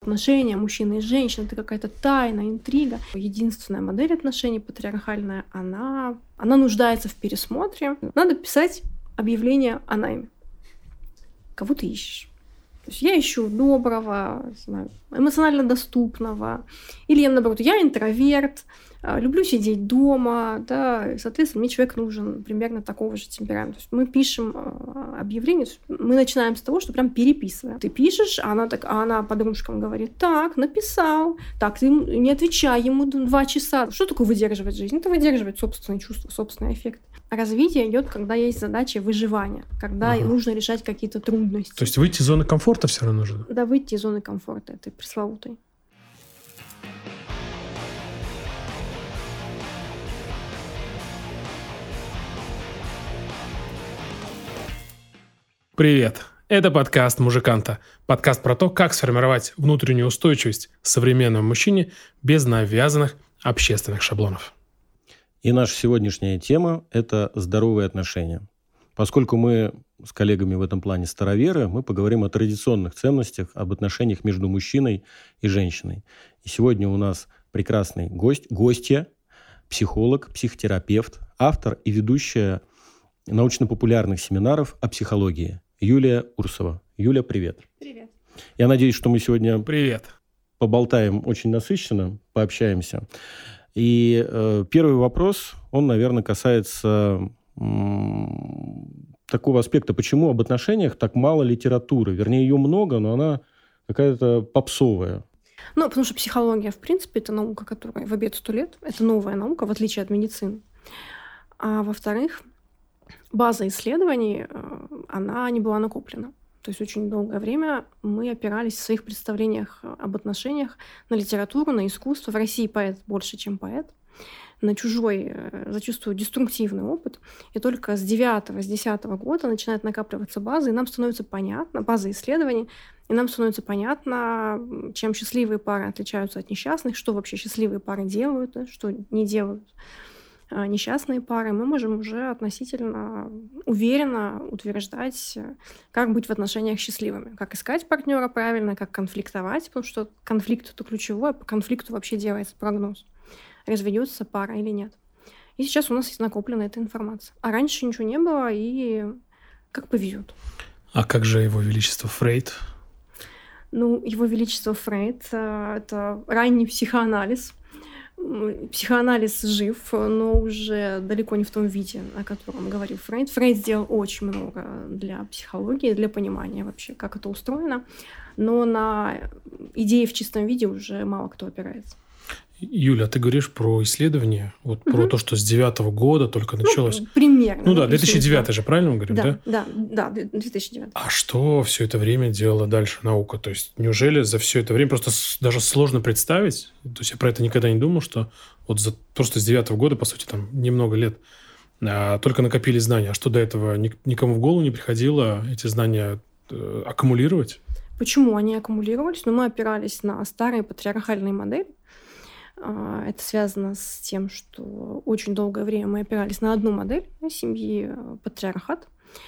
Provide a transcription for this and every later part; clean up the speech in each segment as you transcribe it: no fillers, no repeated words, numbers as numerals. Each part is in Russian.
Отношения мужчины и женщины — это какая-то тайна, интрига. Единственная модель отношений патриархальная, она нуждается в пересмотре. Надо писать объявление о найме. Кого ты ищешь? То есть я ищу доброго, эмоционально доступного. Или я, наоборот, я интроверт, люблю сидеть дома, да, и, соответственно, мне человек нужен примерно такого же темперамента. То есть мы пишем объявление, мы начинаем с того, что прям переписываем. Ты пишешь, а она подружкам говорит: так, написал, так, ты не отвечай ему 2 часа. Что такое выдерживать жизнь? Это выдерживать собственные чувства, собственный эффект. Развитие идет, когда есть задача выживания, когда нужно решать какие-то трудности. То есть выйти из зоны комфорта все равно нужно? Да, выйти из зоны комфорта, этой пресловутой. Привет! Это подкаст «Мужиканта». Подкаст про то, как сформировать внутреннюю устойчивость современному мужчине без навязанных общественных шаблонов. И наша сегодняшняя тема – это здоровые отношения. Поскольку мы с коллегами в этом плане староверы, мы поговорим о традиционных ценностях, об отношениях между мужчиной и женщиной. И сегодня у нас прекрасный гостья, психолог, психотерапевт, автор и ведущая научно-популярных семинаров о психологии Юлия Урсова. Юля, привет. Привет. Я надеюсь, что мы сегодня Привет. поболтаем очень насыщенно, пообщаемся. И первый вопрос, он, наверное, касается такого аспекта, почему об отношениях так мало литературы. Вернее, ее много, но она какая-то попсовая. Потому что психология, в принципе, это наука, которая в обед 100 лет. Это новая наука, в отличие от медицины. А во-вторых, база исследований, она не была накоплена. То есть очень долгое время мы опирались в своих представлениях об отношениях на литературу, на искусство. В России поэт больше, чем поэт. На чужой, зачастую деструктивный опыт. И только с 10 года начинает накапливаться база, и нам становится понятно, база исследований, и нам становится понятно, чем счастливые пары отличаются от несчастных, что вообще счастливые пары делают, да, что не делают несчастные пары. Мы можем уже относительно уверенно утверждать, как быть в отношениях счастливыми, как искать партнера правильно, как конфликтовать, потому что конфликт — это ключевое, по конфликту вообще делается прогноз, разведется пара или нет. И сейчас у нас есть накоплена эта информация. А раньше ничего не было, и как повезет. А как же его величество Фрейд? Его величество Фрейд — это ранний психоанализ. Психоанализ жив, но уже далеко не в том виде, о котором говорил Фрейд. Фрейд сделал очень много для психологии, для понимания вообще, как это устроено. Но на идеи в чистом виде уже мало кто опирается. Юля, ты говоришь про исследования, про то, что с 9 года только началось. Примерно. 2009 же, правильно мы говорим, да? Да, 2009. А что все это время делала дальше наука? То есть неужели за все это время просто даже сложно представить? То есть я про это никогда не думал, что просто с 9 года, по сути, там немного лет, только накопились знания. А что до этого никому в голову не приходило эти знания аккумулировать? Почему они аккумулировались? Мы опирались на старые патриархальные модели. Это связано с тем, что очень долгое время мы опирались на одну модель семьи, патриархат,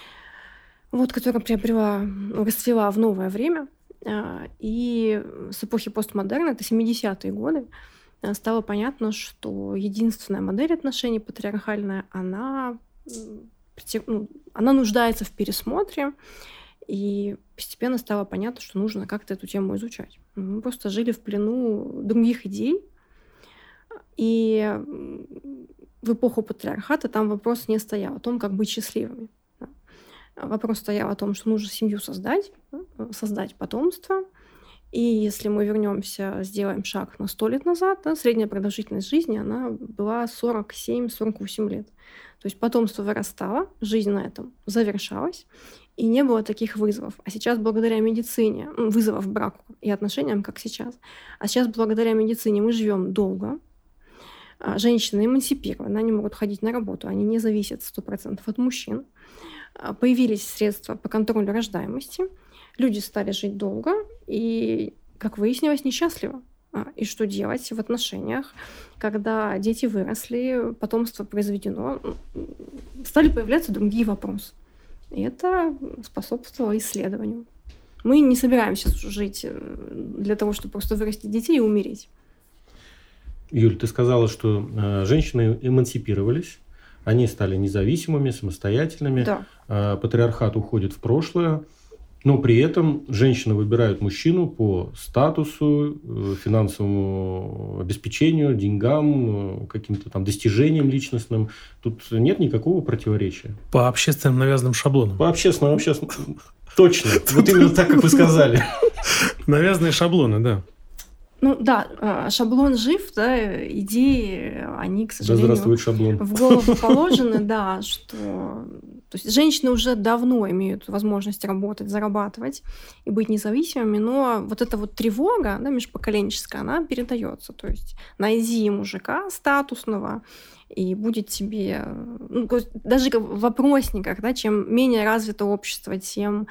которая расцвела в новое время. И с эпохи постмодерна, это 70-е годы, стало понятно, что единственная модель отношений патриархальная, она нуждается в пересмотре. И постепенно стало понятно, что нужно как-то эту тему изучать. Мы просто жили в плену других идей. И в эпоху патриархата там вопрос не стоял о том, как быть счастливыми. Вопрос стоял о том, что нужно семью создать потомство. И если мы сделаем шаг на 100 лет назад, средняя продолжительность жизни она была 47-48 лет. То есть потомство вырастало, жизнь на этом завершалась, и не было таких вызовов. А сейчас благодаря медицине, вызовов браку и отношениям, как сейчас, а сейчас благодаря медицине мы живем долго. Женщины эмансипированы, они могут ходить на работу, они не зависят 100% от мужчин. Появились средства по контролю рождаемости, люди стали жить долго и, как выяснилось, несчастливо. И что делать в отношениях, когда дети выросли, потомство произведено, стали появляться другие вопросы. И это способствовало исследованию. Мы не собираемся жить для того, чтобы просто вырастить детей и умереть. Юль, ты сказала, что женщины эмансипировались, они стали независимыми, самостоятельными, Да. Патриархат уходит в прошлое, но при этом женщины выбирают мужчину по статусу, финансовому обеспечению, деньгам, каким-то там достижениям личностным. Тут нет никакого противоречия. По общественным навязанным шаблонам. По общественным. Точно. Вот именно так, как вы сказали. Навязанные шаблоны, да. Ну да, шаблон жив, да, идеи, они, к Да сожалению, здравствует шаблон. в голову положены, да, что... То есть женщины уже давно имеют возможность работать, зарабатывать и быть независимыми, но вот эта вот тревога, да, межпоколенческая, она передается. То есть найди мужика статусного, и будет тебе... Ну, то есть даже в вопросниках, да, чем менее развито общество, тем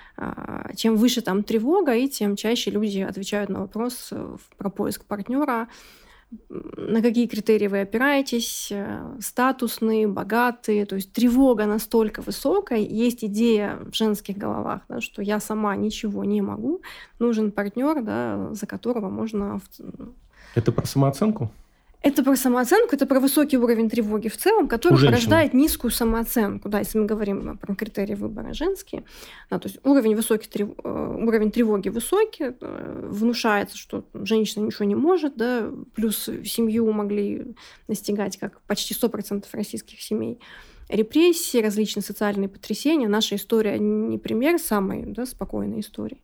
выше там тревога, и тем чаще люди отвечают на вопрос про поиск партнера, на какие критерии вы опираетесь, статусные, богатые. То есть тревога настолько высокая, есть идея в женских головах, да, что я сама ничего не могу, нужен партнер, да, за которого можно... Это про самооценку? Это про самооценку, это про высокий уровень тревоги в целом, который порождает низкую самооценку. Да, если мы говорим про критерии выбора женские, да, то есть уровень тревоги высокий, внушается, что женщина ничего не может, да, плюс семью могли достигать, как почти 100% российских семей, репрессии, различные социальные потрясения. Наша история не пример самой, да, спокойной истории.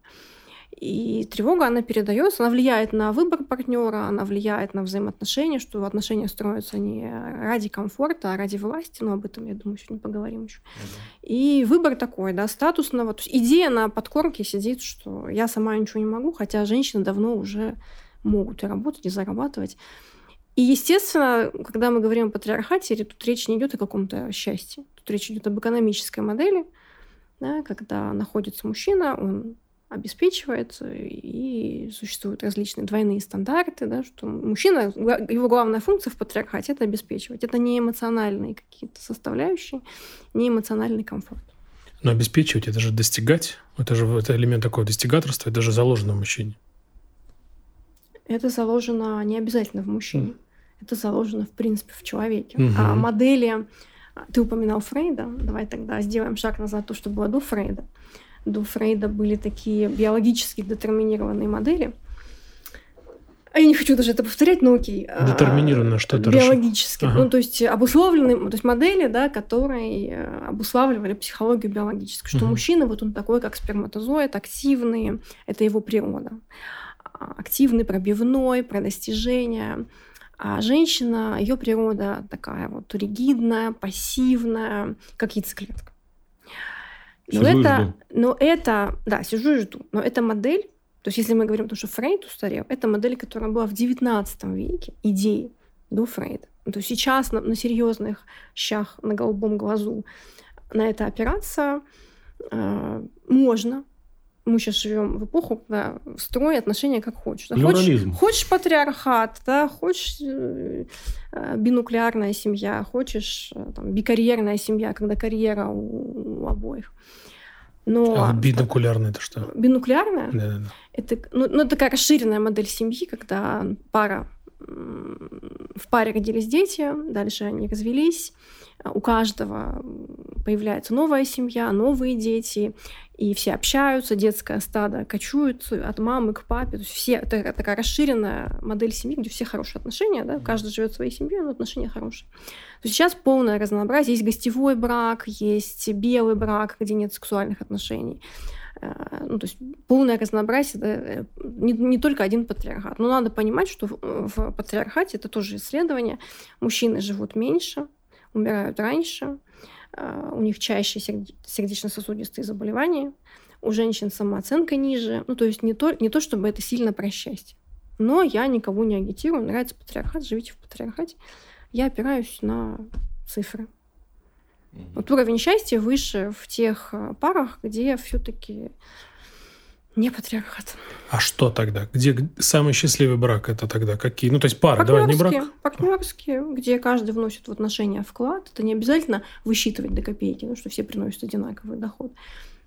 И тревога, она передается, она влияет на выбор партнера, она влияет на взаимоотношения, что отношения строятся не ради комфорта, а ради власти. Но об этом, я думаю, сегодня поговорим еще. И выбор такой, да, статусного. То есть идея на подкорке сидит, что я сама ничего не могу, хотя женщины давно уже могут и работать, и зарабатывать. И, естественно, когда мы говорим о патриархате, тут речь не идет о каком-то счастье. Тут речь идет об экономической модели, да, когда находится мужчина, он обеспечивается, и существуют различные двойные стандарты, да, что мужчина, его главная функция в патриархате – это обеспечивать. Это не эмоциональные какие-то составляющие, не эмоциональный комфорт. Но обеспечивать – это же достигать, это элемент такого достигаторства, это же заложено в мужчине. Это заложено не обязательно в мужчине, это заложено, в принципе, в человеке. А модели… Ты упоминал Фрейда, давай тогда сделаем шаг назад, то, что было до Фрейда. До Фрейда были такие биологически детерминированные модели. Я не хочу даже это повторять, но окей. Детерминированно что-то биологически. Ага. Ну, то есть обусловленные, то есть модели, да, которые обуславливали психологию биологическую. Что мужчина, вот он такой, как сперматозоид, активный, это его природа. Активный, пробивной, про достижения. А женщина, ее природа такая вот ригидная, пассивная, как яйцеклетка. Да, сижу и жду. Но эта модель, то есть если мы говорим о том, что Фрейд устарел, это модель, которая была в XIX веке, идеи до Фрейда. То есть сейчас на серьезных щах, на голубом глазу на это опираться можно. Мы сейчас живем в эпоху, когда строй отношения как хочешь. Да? Хочешь патриархат, да? Хочешь бинуклеарная семья, хочешь там, бикарьерная семья, когда карьера у обоих. Но бинуклеарная это что? Бинуклеарная? Да. Это такая расширенная модель семьи, когда в паре родились дети, дальше они развелись, у каждого появляется новая семья, новые дети, и все общаются, детское стадо кочует от мамы к папе. То есть все, это такая расширенная модель семьи, где все хорошие отношения, да? Каждый живет своей семьей, но отношения хорошие. То есть сейчас полное разнообразие. Есть гостевой брак, есть белый брак, где нет сексуальных отношений. Ну, то есть полное разнообразие, да? Не только один патриархат. Но надо понимать, что в патриархате, это тоже исследование, мужчины живут меньше, умирают раньше, у них чаще сердечно-сосудистые заболевания, у женщин самооценка ниже. Ну, то есть не то, чтобы это сильно про счастье. Но я никого не агитирую. Нравится патриархат, живите в патриархате. Я опираюсь на цифры. Вот уровень счастья выше в тех парах, где все-таки не патриархат. А что тогда? Где самый счастливый брак это тогда? Какие? Ну, то есть пары, давай, не брак. Партнерские, где каждый вносит в отношения вклад. Это не обязательно высчитывать до копейки, что все приносят одинаковый доход.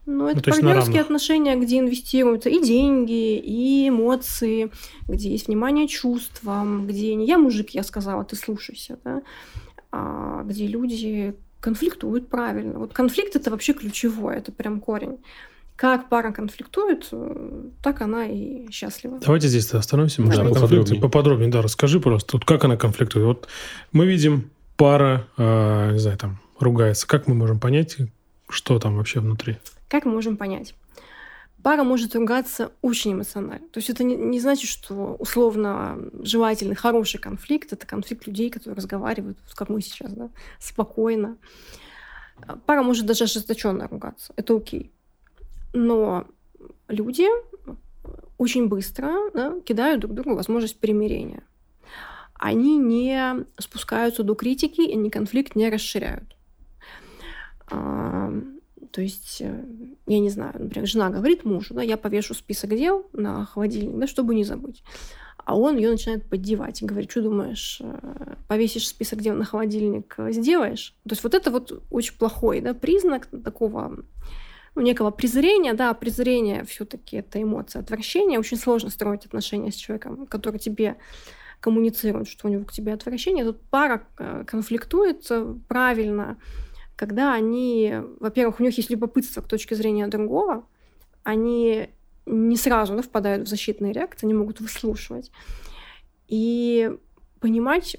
Ну, это то есть на партнерские равных. отношения, где инвестируются и деньги, и эмоции, где есть внимание чувствам, где не я мужик, я сказала, ты слушайся, да, а где люди конфликтуют правильно. Вот конфликт это вообще ключевое, это прям корень. Как пара конфликтует, так она и счастлива. Давайте здесь остановимся. Да, Может, поподробнее. Поподробнее, да, расскажи просто, вот как она конфликтует. Вот мы видим, пара, не знаю, там, ругается. Как мы можем понять, что там вообще внутри? Как мы можем понять? Пара может ругаться очень эмоционально. То есть это не значит, что условно желательный, хороший конфликт – это конфликт людей, которые разговаривают, как мы сейчас, да, спокойно. Пара может даже ожесточенно ругаться. Это окей. Но люди очень быстро, да, кидают друг другу возможность примирения. Они не спускаются до критики, и они конфликт не расширяют. То есть, я не знаю, например, жена говорит мужу, да, я повешу список дел на холодильник, да, чтобы не забыть. А он ее начинает поддевать и говорит, что думаешь, повесишь список дел на холодильник, сделаешь? То есть вот это вот очень плохой, да, признак такого, ну, некого презрения, да, презрение все-таки это эмоция отвращения. Очень сложно строить отношения с человеком, который тебе коммуницирует, что у него к тебе отвращение. Тут пара конфликтует правильно, когда они, во-первых, у них есть любопытство к точке зрения другого, они не сразу, да, впадают в защитные реакции, они могут выслушивать. И понимать,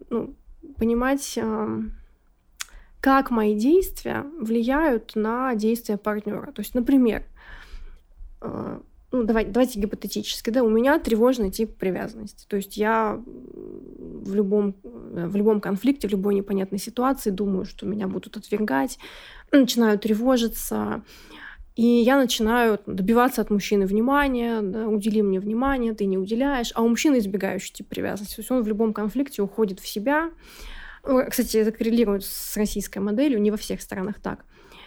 как мои действия влияют на действия партнера. То есть, например, давайте гипотетически, да, у меня тревожный тип привязанности. То есть я в любом конфликте, в любой непонятной ситуации думаю, что меня будут отвергать, начинаю тревожиться, и я начинаю добиваться от мужчины внимания, да, удели мне внимание, ты не уделяешь, а у мужчины избегающий тип привязанности. То есть он в любом конфликте уходит в себя. Кстати, это коррелирует с российской моделью, не во всех странах так.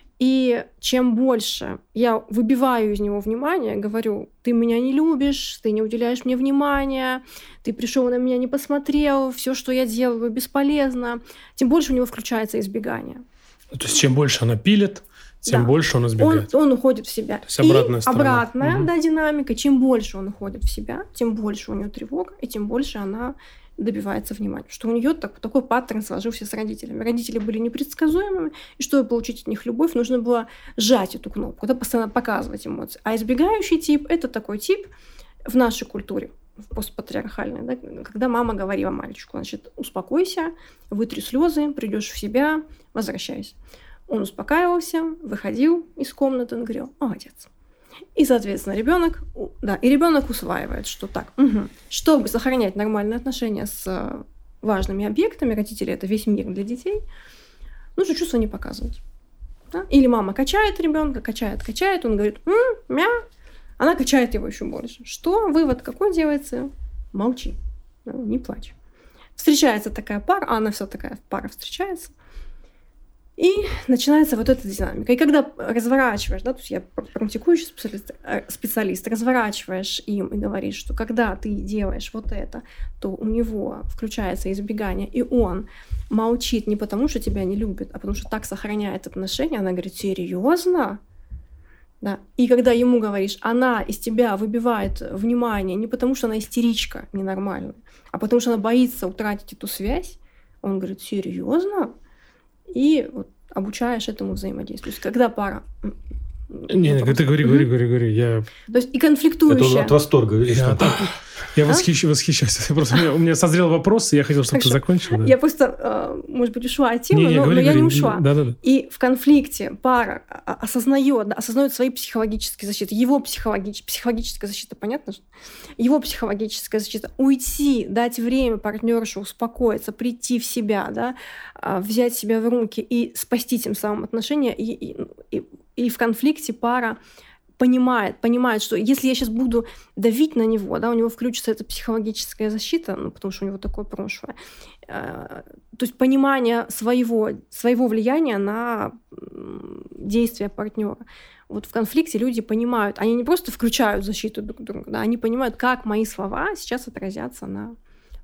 И чем больше я выбиваю из него внимание, говорю, ты меня не любишь, ты не уделяешь мне внимания, ты пришел на меня, не посмотрел, все, что я делаю, бесполезно, тем больше у него включается избегание. То есть чем больше она пилит, тем больше он избегает. Он уходит в себя. То есть обратная сторона. Обратная, да, динамика. Чем больше он уходит в себя, тем больше у нее тревога, и тем больше она добивается внимания. Что у нее такой паттерн сложился с родителями. Родители были непредсказуемыми, и чтобы получить от них любовь, нужно было сжать эту кнопку, да, постоянно показывать эмоции. А избегающий тип – это такой тип в нашей культуре, в постпатриархальной, да, когда мама говорила мальчику, значит, успокойся, вытри слезы, придешь в себя, возвращайся. Он успокаивался, выходил из комнаты, он говорил, молодец. И, соответственно, ребенок усваивает, что так, чтобы сохранять нормальные отношения с важными объектами, родители – это весь мир для детей, нужно чувства не показывать. Да? Или мама качает ребенка, качает, он говорит, мя, она качает его еще больше. Что? Вывод какой делается? Молчи, не плачь. Встречается такая пара, а она вся такая пара встречается, и начинается вот эта динамика. И когда разворачиваешь, да, то есть я практикующий специалист, разворачиваешь им и говоришь, что когда ты делаешь вот это, то у него включается избегание, и он молчит не потому, что тебя не любит, а потому что так сохраняет отношения. Она говорит, серьезно? Да. И когда ему говоришь, она из тебя выбивает внимание не потому, что она истеричка ненормальная, а потому что она боится утратить эту связь, он говорит, серьезно? И вот обучаешь этому взаимодействию. То есть, когда пара... Ты говори. Я... То есть и конфликтующая... Это от восторга. Я восхищаюсь. Просто у меня созрел вопрос, и я хотел, чтобы ты закончил. Да. Я просто, может быть, ушла от темы, но я не ушла. Да. И в конфликте пара осознает свои психологические защиты. Его психологическая защита, понятно? Его психологическая защита. Уйти, дать время партнерше успокоиться, прийти в себя, да, взять себя в руки и спасти тем самым отношения. И в конфликте пара понимает, что если я сейчас буду давить на него, да, у него включится эта психологическая защита, потому что у него такое прошлое. То есть понимание своего влияния на действия партнера. Вот в конфликте люди понимают, они не просто включают защиту друг друга, да, они понимают, как мои слова сейчас отразятся на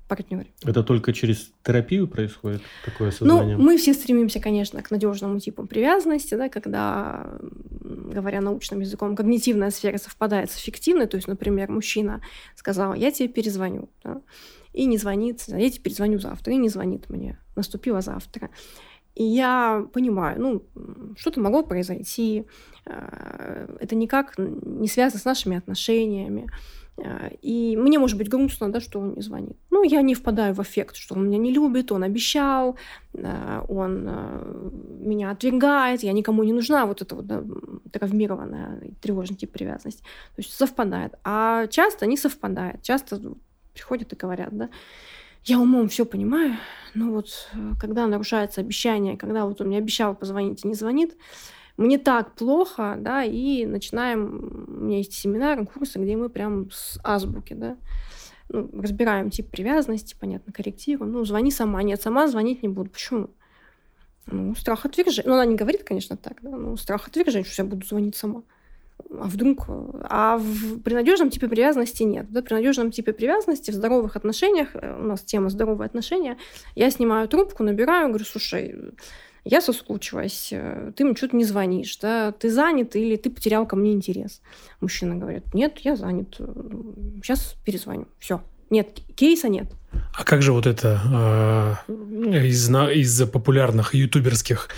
партнере. Это только через терапию происходит такое осознание? Ну, мы все стремимся, конечно, к надежному типу привязанности, да, когда, говоря научным языком, когнитивная сфера совпадает с эффективной. То есть, например, мужчина сказал: я тебе перезвоню, да, и не звонит, я тебе перезвоню завтра, и не звонит мне, наступило завтра. И я понимаю, ну, что-то могло произойти, это никак не связано с нашими отношениями. И мне может быть грустно, да, что он не звонит. Но я не впадаю в аффект, что он меня не любит, он обещал, он меня отвергает, я никому не нужна, вот это вот, да, травмированная тревожный тип привязанности. То есть совпадает. А часто не совпадает. Часто приходят и говорят, да, я умом все понимаю, но вот когда нарушается обещание, когда вот он мне обещал позвонить и не звонит, мне так плохо, да, и начинаем, у меня есть семинары, курсы, где мы прям с азбуки, да, ну, разбираем тип привязанности, понятно, корректируем. Ну, звони сама. Нет, сама звонить не буду. Почему? Ну, страх отвержения. Ну, она не говорит, конечно, так, да, но страх отвержения, что я буду звонить сама. А вдруг? При надежном типе привязанности нет. Да? При надежном типе привязанности в здоровых отношениях, у нас тема здоровые отношения, я снимаю трубку, набираю, говорю: слушай, я соскучилась, ты мне что-то не звонишь, да? Ты занят или ты потерял ко мне интерес? Мужчина говорит: нет, я занят, сейчас перезвоню. Все. Нет, кейса нет. А как же вот это из-за популярных ютуберских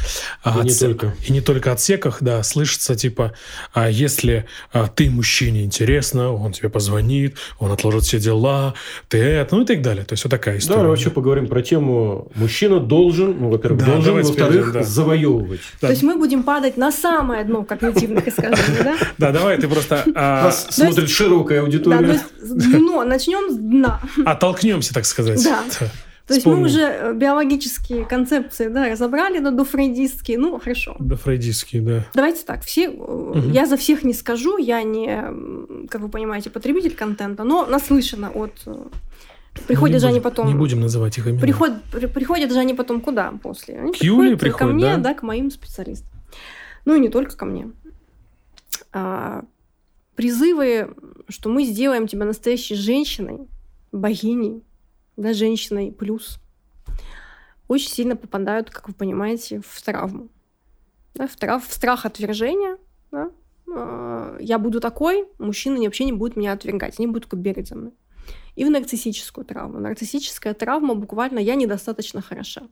и не только отсеках, да, слышится типа: если ты мужчине интересно, он тебе позвонит, он отложит все дела, ты это, ну и так далее. То есть вот такая история. Давай вообще поговорим про тему: мужчина должен, ну, во-первых, Да, должен, давайте во-вторых, перейдем, да. завоевывать. То есть мы будем падать на самое дно когнитивных искажений, да? Да, давай ты просто... Нас смотрит широкая Да, аудитория. то есть дно, начнем с дна. Оттолкнемся, так сказать. Да. То есть мы уже биологические концепции, да, разобрали, но дофрейдистские, ну, хорошо. Дофрейдистские, да. Давайте так, я за всех не скажу, я не, как вы понимаете, потребитель контента, но наслышана от... Приходят же они потом... Не будем называть их имена. Приходят же они потом куда после? Они к Юле приходят ко мне, да? Да, к моим специалистам. Ну и не только ко мне. Призывы, что мы сделаем тебя настоящей женщиной, богиней, да, женщиной плюс, очень сильно попадают, как вы понимаете, в травму. Да, в страх отвержения. Да? Я буду такой, мужчина вообще не будет меня отвергать, они будут только бегать за мной. И в нарциссическую травму. Нарциссическая травма буквально «я недостаточно хороша».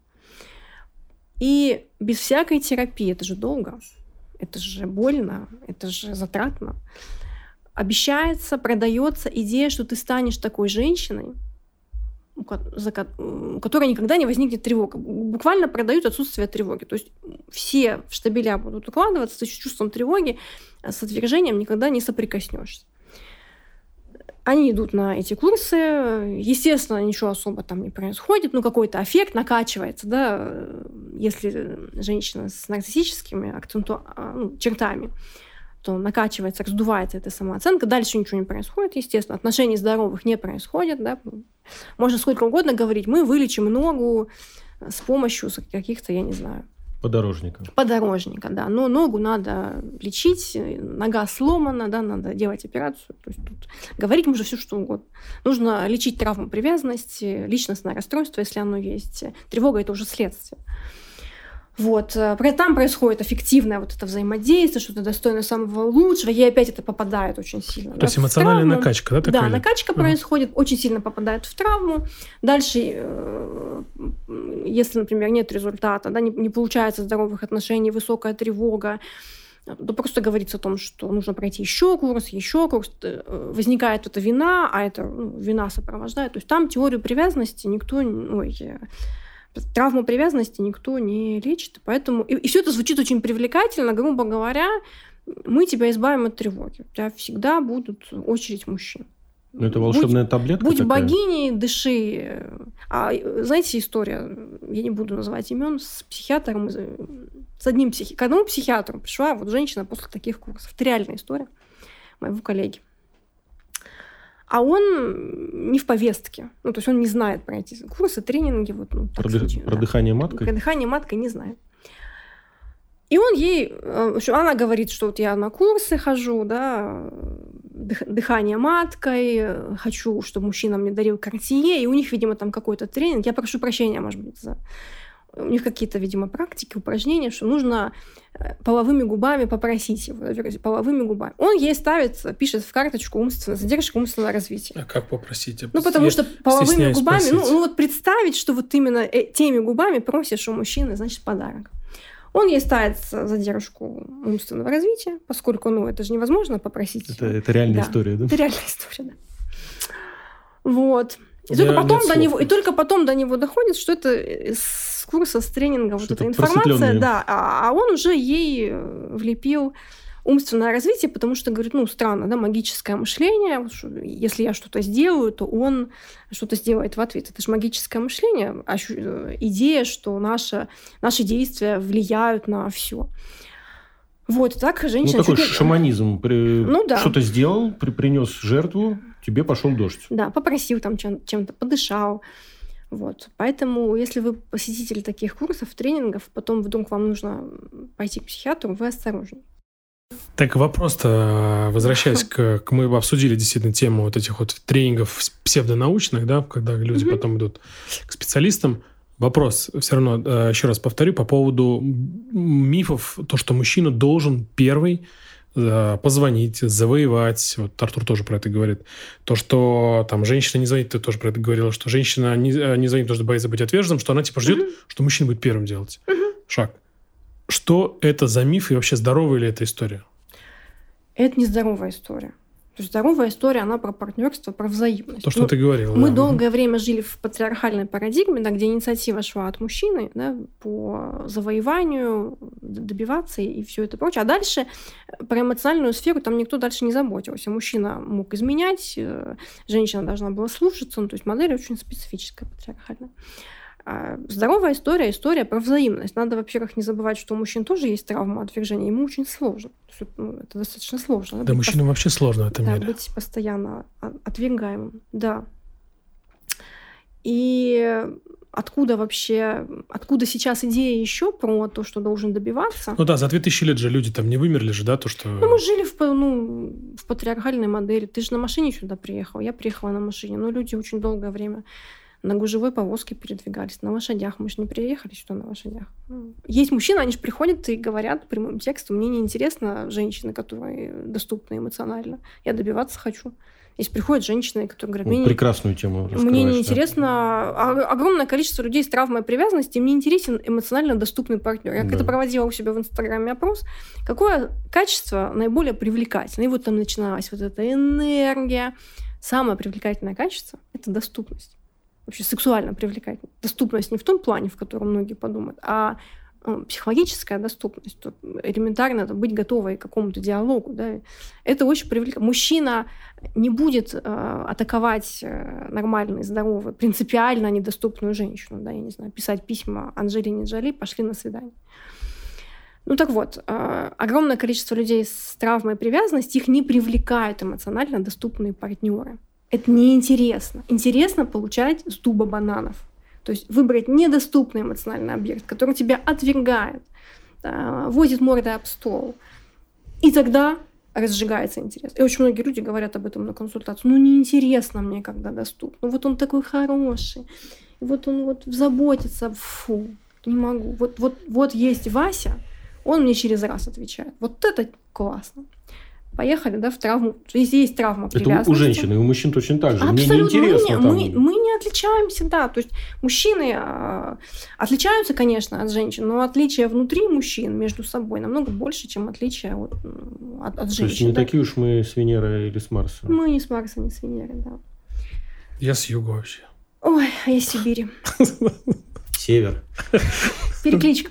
И без всякой терапии, это же долго, это же больно, это же затратно, обещается, продается идея, что ты станешь такой женщиной, у которой никогда не возникнет тревога. Буквально продают отсутствие тревоги. То есть все в штабеля будут укладываться, с чувством тревоги, с отвержением никогда не соприкоснешься. Они идут на эти курсы, естественно, ничего особо там не происходит, ну, какой-то аффект накачивается, да, если женщина с нарциссическими чертами, то накачивается, раздувается эта самооценка, дальше ничего не происходит, естественно, отношений здоровых не происходит, да, можно сколько угодно говорить, мы вылечим ногу с помощью каких-то, я не знаю, Подорожника, да. Но ногу надо лечить, нога сломана, да, надо делать операцию. То есть тут говорить можно все, что угодно. Нужно лечить травму привязанности, личностное расстройство, если оно есть. Тревога – это уже следствие. Вот. Там происходит аффективное вот это взаимодействие, что-то достойное самого лучшего, ей опять это попадает очень сильно. То есть эмоциональная накачка, да? Такая? Да, накачка происходит, очень сильно попадает в травму. Дальше, если, например, нет результата, да, не получается здоровых отношений, высокая тревога, то просто говорится о том, что нужно пройти еще курс, возникает эта вина, а это вина сопровождает. То есть там теорию привязанности травму привязанности никто не лечит, поэтому... И все это звучит очень привлекательно, грубо говоря, мы тебя избавим от тревоги. У тебя всегда будут очередь мужчин. Ну, это волшебная таблетка Будь такая. богиней, дыши. А знаете, история, я не буду называть имен, с психиатром, к одному психиатру пришла вот женщина после таких курсов. Это реальная история моего коллеги. А он не в повестке. Ну, то есть он не знает про эти курсы, тренинги. Вот, про дыхание маткой? Про дыхание маткой не знает. И он ей... Она говорит, что вот я на курсы хожу, да, дыхание маткой, хочу, чтобы мужчина мне дарил Cartier, и у них, видимо, там какой-то тренинг. Я прошу прощения, может быть, у них какие-то, видимо, практики, упражнения, что нужно половыми губами попросить его, половыми губами. Он ей пишет в карточку задержка умственного развития. А как попросить? Потому что половыми губами, вот представить, что вот именно теми губами просишь у мужчины, значит, подарок. Он ей ставит задержку умственного развития, поскольку, это же невозможно попросить. Это реальная история, да? Это реальная история, да. Вот. И только потом до него доходит, что это с курса, с тренинга, вот эта информация, да, а он уже ей влепил умственное развитие, потому что говорит, странно, да, магическое мышление, если я что-то сделаю, то он что-то сделает в ответ. Это же магическое мышление, идея, что наши действия влияют на все. Вот, так женщина... такой шаманизм. Что-то сделал, принес жертву, тебе пошел дождь. Да, попросил там чем-то, подышал. Вот. Поэтому, если вы посетитель таких курсов, тренингов, потом вдруг вам нужно пойти к психиатру, вы осторожны. Так вопрос-то, возвращаясь мы обсудили действительно тему вот этих вот тренингов псевдонаучных, да, когда люди потом идут к специалистам. Вопрос все равно, еще раз повторю, по поводу мифов, то, что мужчина должен первый позвонить, завоевать. Вот Артур тоже про это говорит. То, что там женщина не звонит, ты тоже про это говорила, что женщина не звонит, потому что боится быть отверженным, что она типа ждет, что мужчина будет первым делать шаг. Что это за миф и вообще здоровая ли эта история? Это не здоровая история. То есть здоровая история, она про партнерство, про взаимность. То, что ты говорила. Мы долгое время жили в патриархальной парадигме, да, где инициатива шла от мужчины, да, по завоеванию, добиваться и все это прочее. А дальше про эмоциональную сферу там никто дальше не заботился. Мужчина мог изменять, женщина должна была слушаться. То есть модель очень специфическая, патриархальная. Здоровая история про взаимность. Надо, во-первых, не забывать, что у мужчин тоже есть травма отвержения. Ему очень сложно. Это достаточно сложно. Да, мужчинам вообще сложно в этом мире. Быть постоянно отвергаемым. Да. И откуда сейчас идея еще про то, что должен добиваться? За 2000 лет же люди там не вымерли же, да, то, что... мы жили в патриархальной модели. Ты же на машине сюда приехал, я приехала на машине. Но люди очень долгое время на гужевой повозке передвигались, на лошадях. Мы же не приехали сюда на лошадях. Есть мужчины, они же приходят и говорят прямым текстом: мне не интересно женщины, которые доступны эмоционально. Я добиваться хочу. Если приходят женщины, которые говорят... Прекрасную тему. Мне не интересно... Огромное количество людей с травмой привязанности, мне интересен эмоционально доступный партнер. Я когда проводила у себя в Инстаграме опрос, какое качество наиболее привлекательное. И вот там начиналась вот эта энергия. Самое привлекательное качество – это доступность. Вообще сексуально привлекательная. Доступность не в том плане, в котором многие подумают, а психологическая доступность. Тут элементарно быть готовой к какому-то диалогу. Да? Это очень привлекательно. Мужчина не будет атаковать нормальную, здоровую, принципиально недоступную женщину. Да? Я не знаю, писать письма Анджелине Джоли: пошли на свидание. Так вот, огромное количество людей с травмой привязанности, их не привлекают эмоционально доступные партнеры. Это неинтересно. Интересно получать с дуба бананов. То есть выбрать недоступный эмоциональный объект, который тебя отвергает, возит мордой об стол. И тогда разжигается интерес. И очень многие люди говорят об этом на консультации. Неинтересно мне, когда доступно. Вот он такой хороший. Вот он заботится. Фу, не могу. Вот есть Вася, он мне через раз отвечает. Вот это классно. Поехали, да, в травму. Если есть травма привязанности. Это у женщин и у мужчин точно так же. Абсолютно. Мне неинтересно. Мы не отличаемся, да. То есть мужчины отличаются, конечно, от женщин, но отличия внутри мужчин между собой намного больше, чем отличия от женщин. То есть не такие уж мы с Венеры или с Марса? Мы не с Марса, не с Венеры, да. Я с юга вообще. Ой, а я с Сибири. Север. Перекличка.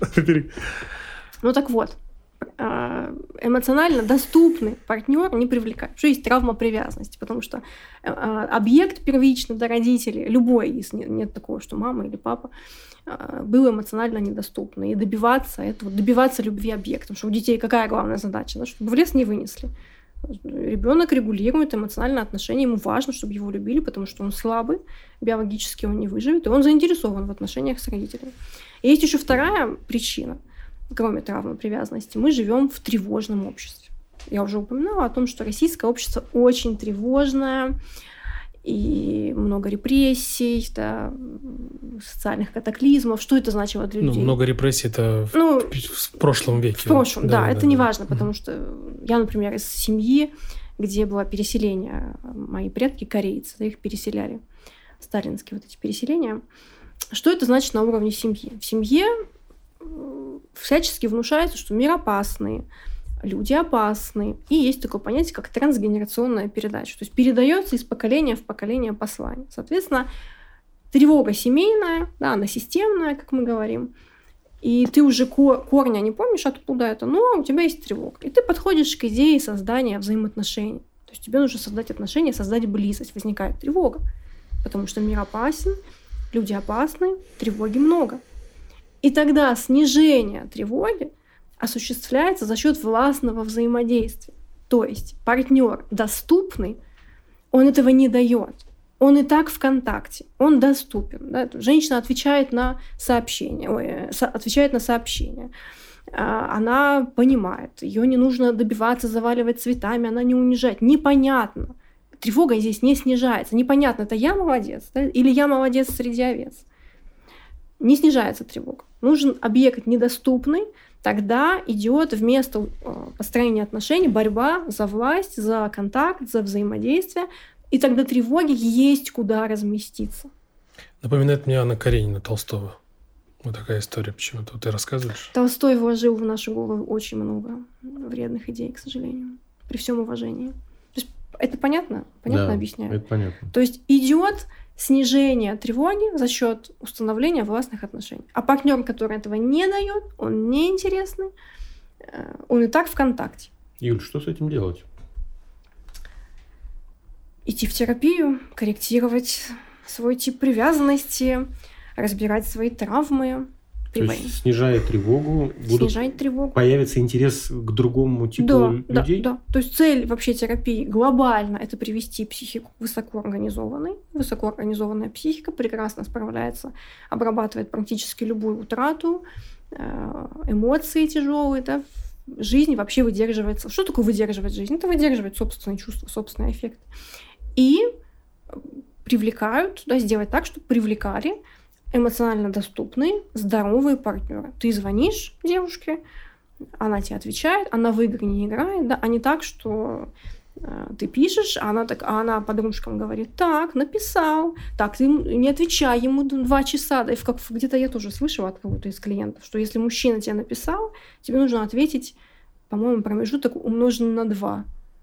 Так вот. Эмоционально доступный партнер не привлекает. Что есть травма привязанности? Потому что объект первичный, да, родители, любой, если нет такого, что мама или папа, был эмоционально недоступный. И добиваться любви объекта. Потому что у детей какая главная задача? Да, чтобы в лес не вынесли. Ребенок регулирует эмоциональные отношения, ему важно, чтобы его любили, потому что он слабый, биологически он не выживет, и он заинтересован в отношениях с родителями. И есть еще вторая причина. Кроме травмы привязанности, мы живем в тревожном обществе. я уже упоминала о том, что российское общество очень тревожное, и много репрессий, да, социальных катаклизмов. Что это значило для людей? Много репрессий это в прошлом веке. В прошлом, да, это не важно, потому что я, например, из семьи, где было переселение, мои предки корейцы, да, их переселяли, сталинские вот эти переселения. Что это значит на уровне семьи? В семье всячески внушается, что мир опасный, люди опасны. И есть такое понятие, как трансгенерационная передача. То есть передается из поколения в поколение послание. Соответственно, тревога семейная, да, она системная, как мы говорим. И ты уже корня не помнишь, откуда это, но у тебя есть тревога. И ты подходишь к идее создания взаимоотношений. То есть тебе нужно создать отношения, создать близость. Возникает тревога. Потому что мир опасен, люди опасны, тревоги много. И тогда снижение тревоги осуществляется за счет властного взаимодействия. То есть партнер доступный, он этого не дает. Он и так в контакте, он доступен. Да? Женщина отвечает на сообщение, она понимает, ее не нужно добиваться, заваливать цветами, она не унижает. Непонятно. Тревога здесь не снижается. Непонятно, это я молодец, да? Или я молодец среди овец. Не снижается тревога. Нужен объект недоступный, тогда идет вместо построения отношений борьба за власть, за контакт, за взаимодействие, и тогда тревоги есть куда разместиться. Напоминает мне Анна Каренина Толстого. Вот такая история почему-то. Вот ты рассказываешь. Толстой вложил в нашу голову очень много вредных идей, к сожалению, при всем уважении. То есть это понятно? Понятно, да, объясняю? Это понятно. То есть идет снижение тревоги за счет установления властных отношений. А партнер, который этого не дает, он неинтересный, он и так в контакте. Юль, что с этим делать? Идти в терапию, корректировать свой тип привязанности, разбирать свои травмы. То есть, снижая тревогу, появится интерес к другому типу людей? Да. То есть цель вообще терапии глобально – это привести психику к высокоорганизованной. Высокоорганизованная психика прекрасно справляется, обрабатывает практически любую утрату, эмоции тяжелые, да, жизнь вообще выдерживается. Что такое выдерживать жизнь? Это выдерживать собственные чувства, собственный эффект. И привлекают, да, сделать так, чтобы привлекали эмоционально доступные, здоровые партнеры. Ты звонишь девушке, она тебе отвечает, она в игры не играет, да, а не так, что ты пишешь, а она подружкам говорит: так, написал, так, ты не отвечай ему 2 часа. Да, и где-то я тоже слышала от кого-то из клиентов, что если мужчина тебе написал, тебе нужно ответить, по-моему, промежуток умноженный на 2.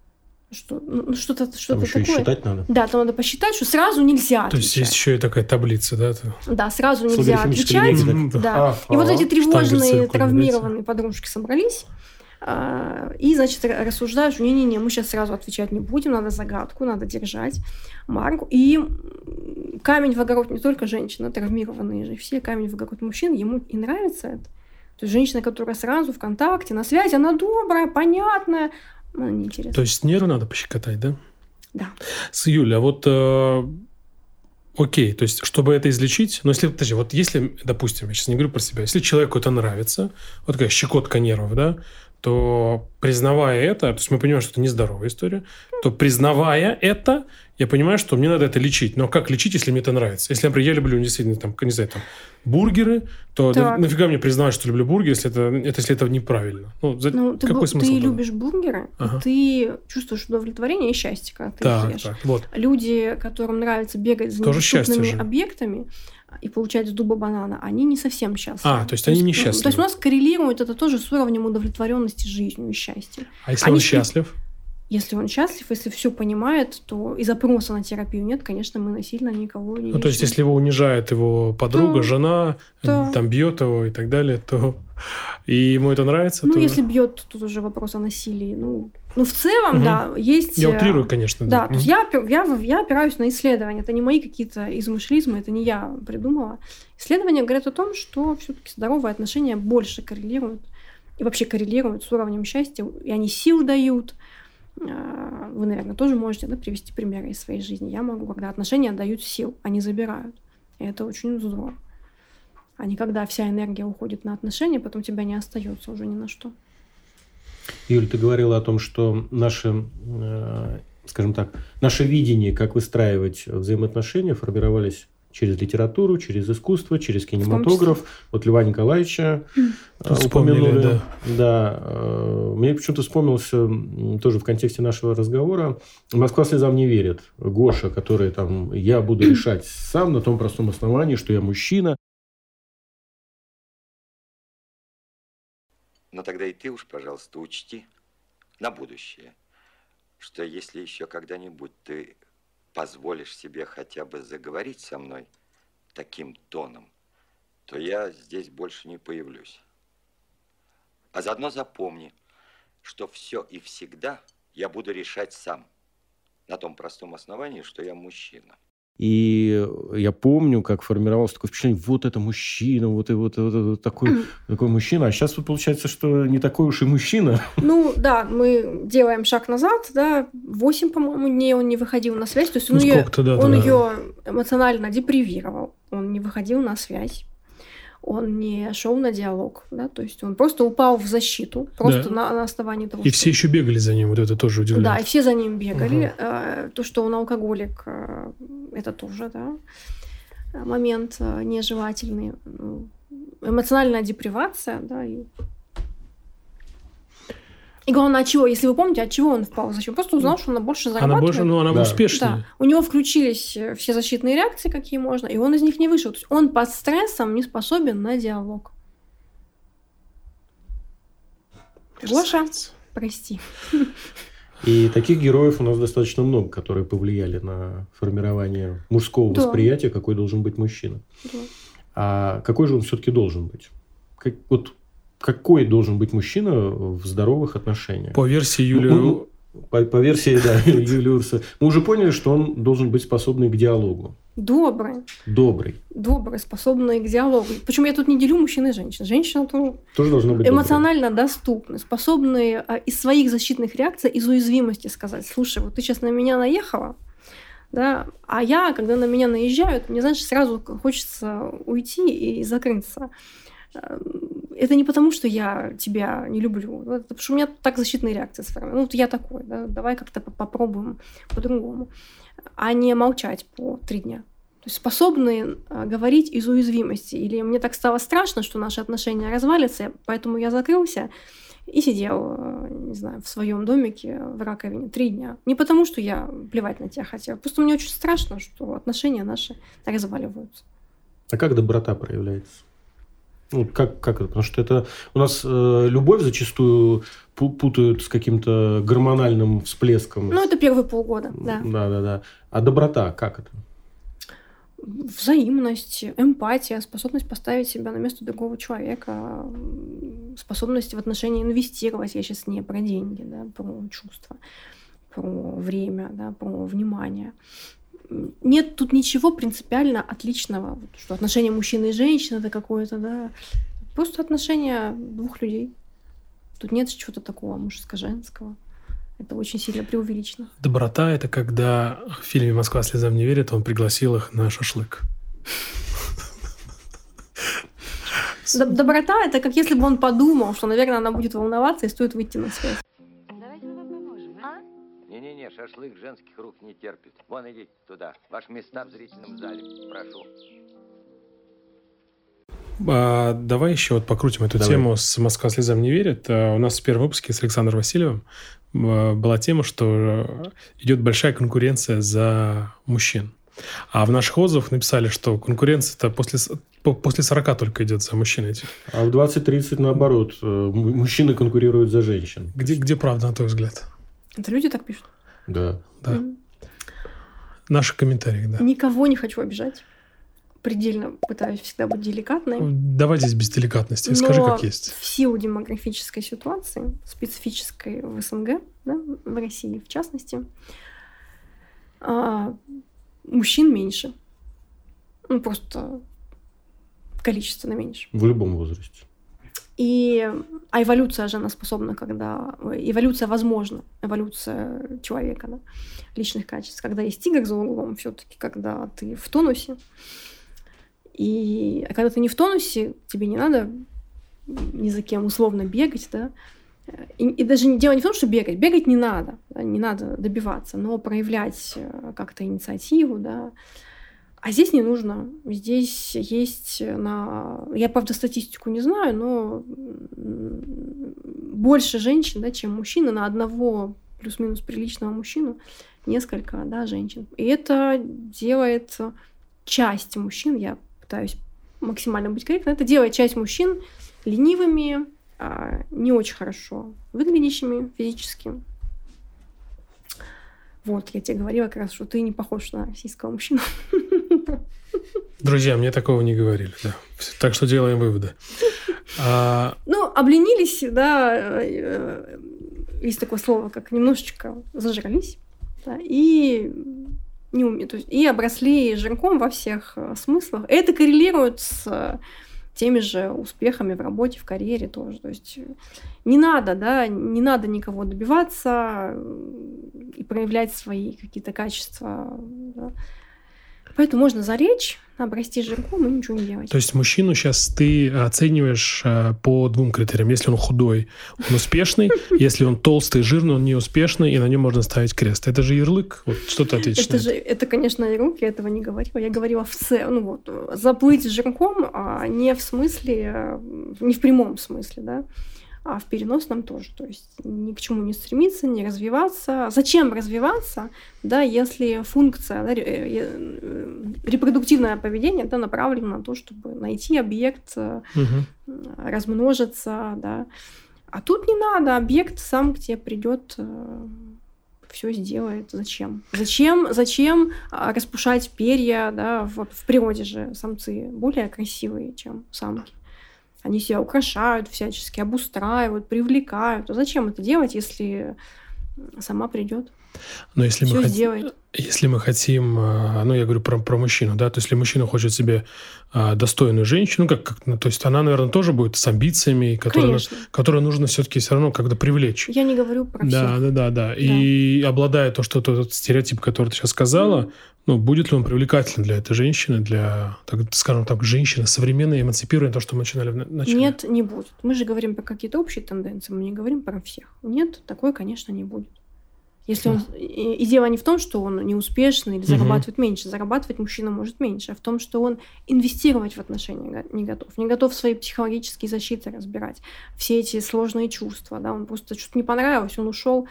Что-то такое. Считать надо. Да, там надо посчитать, что сразу нельзя отвечать. То есть есть еще и такая таблица, да? Да, сразу нельзя отвечать. Да. И вот эти тревожные, травмированные подружки собрались и, значит, рассуждают, что не-не-не, мы сейчас сразу отвечать не будем, надо загадку, надо держать марку. И камень в огород не только женщины, травмированные же все, камень в огород мужчин, ему и нравится это. То есть женщина, которая сразу в контакте, на связи, она добрая, понятная, неинтересно. То есть нервы надо пощекотать, да? Да. Юля, а вот окей, то есть чтобы это излечить, но если, допустим, я сейчас не говорю про себя, если человеку это нравится, вот такая щекотка нервов, да, то признавая это, то есть мы понимаем, что это нездоровая история, то признавая это, я понимаю, что мне надо это лечить. Но как лечить, если мне это нравится? Если, например, я люблю действительно бургеры, то нафига мне признавать, что люблю бургеры, если это неправильно? Какой смысл? Ты любишь бургеры, и ты чувствуешь удовлетворение и счастье, когда ты их ешь. Вот. Люди, которым нравится бегать за недоступными объектами и получать с дуба банана, они не совсем счастливы. То есть они несчастливы. То есть у нас коррелирует это тоже с уровнем удовлетворенности жизнью и счастья. А если он счастлив? Если он счастлив, если все понимает, то и запроса на терапию нет, конечно, мы насильно никого не лечим. То есть, если его унижает его подруга, жена, там бьет его и так далее, то и ему это нравится? Если бьет, тут уже вопрос о насилии. В целом, да, есть... Я утрирую, конечно. Да, то есть я опираюсь на исследования. Это не мои какие-то измышлизмы, это не я придумала. Исследования говорят о том, что все-таки здоровые отношения больше коррелируют и вообще коррелируют с уровнем счастья, и они сил дают. Вы, наверное, тоже можете привести примеры из своей жизни. Я могу, когда отношения дают сил, они забирают. И это очень здорово. А не когда вся энергия уходит на отношения, потом тебя не остается уже ни на что. Юль, ты говорила о том, что наше, скажем так, наше видение, как выстраивать взаимоотношения, формировались через литературу, через искусство, через кинематограф. Вот Льва Николаевича упомянули. Да. Мне почему-то вспомнился тоже в контексте нашего разговора «Москва слезам не верит». Гоша, который там «я буду решать сам на том простом основании, что я мужчина». Но тогда и ты уж, пожалуйста, учти на будущее, что если еще когда-нибудь ты позволишь себе хотя бы заговорить со мной таким тоном, то я здесь больше не появлюсь. А заодно запомни, что все и всегда я буду решать сам, на том простом основании, что я мужчина. И я помню, как формировалось такое впечатление, вот это мужчина, вот такой мужчина. А сейчас вот получается, что не такой уж и мужчина. Ну, да, мы делаем шаг назад, да, 8, по-моему, дней он не выходил на связь. То есть он ее эмоционально депривировал, он не выходил на связь. Он не шел на диалог, да, то есть он просто упал в защиту, просто на основании того, и все еще бегали за ним, вот это тоже удивляет. Да, и все за ним бегали. То, что он алкоголик, это тоже, да, момент нежелательный. Эмоциональная депривация, да, и главное, от чего? Если вы помните, от чего он впал? Зачем? Просто узнал, что она больше зарабатывает. Она успешнее. Да. У него включились все защитные реакции, какие можно, и он из них не вышел. То есть он под стрессом не способен на диалог. Гоша, прости. И таких героев у нас достаточно много, которые повлияли на формирование мужского восприятия, какой должен быть мужчина. Да. А какой же он все-таки должен быть? Какой должен быть мужчина в здоровых отношениях? По версии Юлии... По версии, да, Юлии Урса. Мы уже поняли, что он должен быть способный к диалогу. Добрый, способный к диалогу. Почему я тут не делю мужчин и женщин? Женщина тоже должна быть эмоционально доступны, способны из своих защитных реакций, из уязвимости сказать: слушай, вот ты сейчас на меня наехала, да, а я, когда на меня наезжают, мне, знаешь, сразу хочется уйти и закрыться. Это не потому, что я тебя не люблю, это потому что у меня так защитные реакции сформированы. Ну, вот я такой, да, давай как-то попробуем по-другому. А не молчать по 3 дня. То есть способны говорить из уязвимости. Или мне так стало страшно, что наши отношения развалятся, поэтому я закрылся и сидел, не знаю, в своем домике в раковине 3 дня. Не потому, что я плевать на тебя хотела, просто мне очень страшно, что отношения наши разваливаются. А как доброта проявляется? Ну, как это? Потому что это у нас любовь зачастую путают с каким-то гормональным всплеском. Ну, это первые полгода, да. Да. А доброта, как это? Взаимность, эмпатия, способность поставить себя на место другого человека, способность в отношения инвестировать. Я сейчас не про деньги, да, про чувства, про время, да, про внимание. Нет тут ничего принципиально отличного, что отношения мужчины и женщины это какое-то, да, просто отношения 2 людей. Тут нет чего-то такого мужско-женского. Это очень сильно преувеличено. Доброта – это когда в фильме «Москва слезам не верит» он пригласил их на шашлык. Доброта – это как если бы он подумал, что, наверное, она будет волноваться и стоит выйти на связь. Давайте мы поможем, а? Не-не-не, шашлык женских рук не терпит. Вон идите туда. Ваши места в зрительном зале. Прошу. Давай еще вот покрутим эту тему с «Москва слезам не верит». У нас в первом выпуске с Александром Васильевым была тема, что идет большая конкуренция за мужчин. А в наших отзывах написали, что конкуренция-то после 40 только идет за мужчин этих. А в 20-30 наоборот. Мужчины конкурируют за женщин. Где правда, на твой взгляд? Это люди так пишут? Да. Наши комментарии, да. Никого не хочу обижать. Предельно пытаюсь всегда быть деликатной. Давай здесь без деликатности. Скажи, как есть. В силу демографической ситуации, специфической в СНГ, да, в России в частности, мужчин меньше. Ну, просто количественно меньше. В любом возрасте. А эволюция же она способна, когда... Эволюция возможна. Эволюция человека, да, личных качеств. Когда есть тигр за углом, все-таки, когда ты в тонусе. А когда ты не в тонусе, тебе не надо ни за кем условно бегать, да. И даже дело не в том, что бегать. Бегать не надо. Да, не надо добиваться, но проявлять как-то инициативу, да. А здесь не нужно. Здесь есть Я, правда, статистику не знаю, но больше женщин, да, чем мужчин. И на одного плюс-минус приличного мужчину несколько, да, женщин. И это делает часть мужчин, я пытаюсь максимально быть корректной, это делает часть мужчин ленивыми, не очень хорошо выглядящими физически. Вот, я тебе говорила как раз, что ты не похож на российского мужчину. Друзья, мне такого не говорили, да. Так что делаем выводы. Обленились, да, есть такое слово, как немножечко зажрались, да, и не умеют, то есть, и обросли жирком во всех смыслах. Это коррелирует с теми же успехами в работе, в карьере тоже. То есть не надо никого добиваться и проявлять свои какие-то качества. Да. Поэтому можно залечь, обрасти жирком и ничего не делать. То есть мужчину сейчас ты оцениваешь по двум критериям. Если он худой, он успешный. Если он толстый, жирный, он неуспешный, и на нем можно ставить крест. Это же ярлык. Вот что ты ответишь на это? Это, конечно, ярлык, я этого не говорила. Я говорила в целом. Заплыть жирком не в смысле, не в прямом смысле, да, а в переносном тоже. То есть ни к чему не стремиться, не развиваться. Зачем развиваться, да, если функция, да, репродуктивное поведение, да, направлено на то, чтобы найти объект, размножиться, да. А тут не надо, объект сам к тебе придет, все сделает. Зачем? Зачем распушать перья, да, в природе же самцы более красивые, чем самки. Они себя украшают всячески, обустраивают, привлекают. А зачем это делать, если сама придет? Но если все сделает. Если мы хотим, я говорю про мужчину, да, то есть если мужчина хочет себе достойную женщину, то есть она, наверное, тоже будет с амбициями, которую нужно все-таки все равно как-то привлечь. Я не говорю про всех. Да. И обладая тот стереотип, который ты сейчас сказала, будет ли он привлекательным для этой женщины, для, скажем так, женщины современной, эмансипированной, то, что мы начинали в начале? Нет, не будет. Мы же говорим про какие-то общие тенденции, мы не говорим про всех. Нет, такое, конечно, не будет. Если он... И дело не в том, что он неуспешный или зарабатывает меньше. Зарабатывать мужчина может меньше, а в том, что он инвестировать в отношения не готов. Не готов свои психологические защиты разбирать. Все эти сложные чувства. Да? Он просто что-то не понравилось, он ушел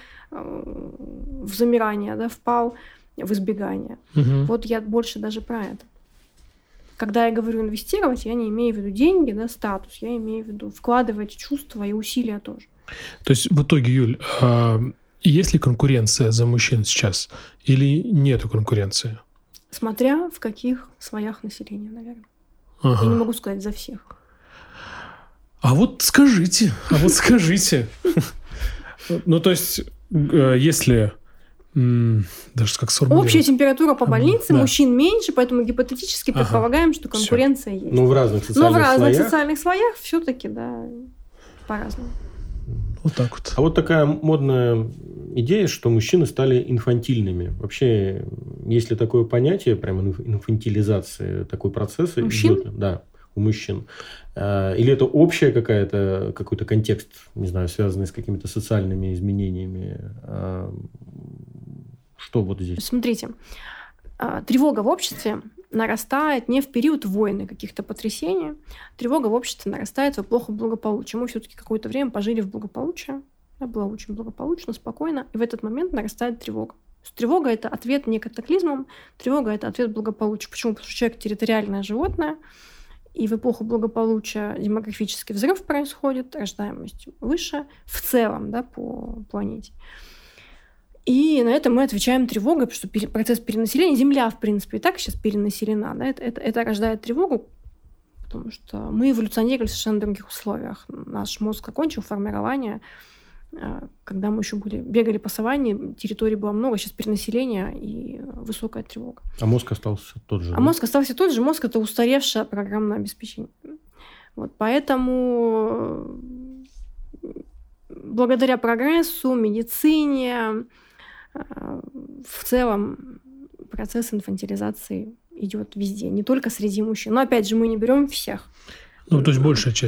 в замирание, да, впал в избегание. Вот я больше даже про это. Когда я говорю инвестировать, я не имею в виду деньги, да, статус. Я имею в виду вкладывать чувства и усилия тоже. То есть в итоге, Юль... Есть ли конкуренция за мужчин сейчас или нету конкуренции? Смотря в каких слоях населения, наверное. Я не могу сказать за всех. А вот скажите. То есть, если... Даже как сформулировать? Общая температура по больнице, мужчин меньше, поэтому гипотетически предполагаем, что конкуренция есть. В разных социальных слоях все-таки, да, по-разному. Вот так вот. А вот такая модная идея, что мужчины стали инфантильными. Вообще, есть ли такое понятие, прямо инфантилизация, такой процесс? Мужчин? Да, у мужчин. Или это общая какой-то контекст, не знаю, связанный с какими-то социальными изменениями? Что вот здесь? Смотрите, тревога в обществе нарастает не в период войны, каких-то потрясений. Тревога в обществе нарастает в эпоху благополучия. Мы все-таки какое-то время пожили в благополучии. Было очень благополучно, спокойно. И в этот момент нарастает тревога. Тревога – это ответ не катаклизмом. Тревога – это ответ благополучия. Почему? Потому что человек – территориальное животное. И в эпоху благополучия демографический взрыв происходит, рождаемость выше в целом, да, по планете. И на это мы отвечаем тревогой, потому что процесс перенаселения, Земля, в принципе, и так сейчас перенаселена, да, это рождает тревогу, потому что мы эволюционировали в совершенно других условиях. Наш мозг окончил формирование, когда мы еще бегали по саванне, территорий было много, сейчас перенаселение и высокая тревога. А мозг остался тот же? Мозг остался тот же, мозг – это устаревшее программное обеспечение. Вот, поэтому благодаря прогрессу, медицине, в целом процесс инфантилизации идет везде, не только среди мужчин. Но опять же, мы не берем всех. То есть большая часть.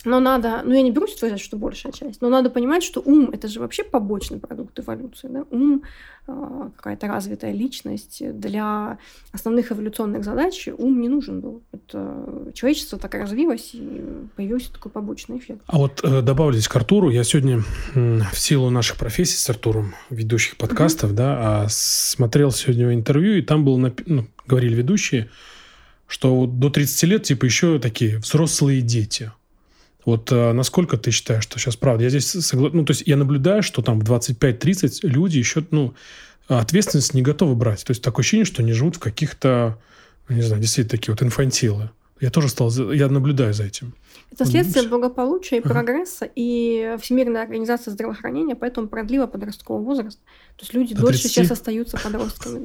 Но надо, я не берусь утверждать, что большая часть, но надо понимать, что ум – это же вообще побочный продукт эволюции. Да? Ум, какая-то развитая личность, для основных эволюционных задач ум не нужен был. Это человечество так развилось, и появился такой побочный эффект. А вот добавлю здесь к Артуру. Я сегодня в силу наших профессий с Артуром, ведущих подкастов, смотрел сегодня его интервью, и там было говорили ведущие, что вот до 30 лет типа еще такие взрослые дети. Вот насколько ты считаешь, что сейчас правда? Я здесь то есть я наблюдаю, что там в 25-30 люди еще, ответственность не готовы брать. То есть такое ощущение, что они живут в каких-то, не знаю, действительно такие вот инфантилы. Я наблюдаю за этим. Это следствие благополучия и прогресса, и Всемирная организация здравоохранения поэтому продлила подростковый возраст. То есть люди дольше сейчас остаются подростками.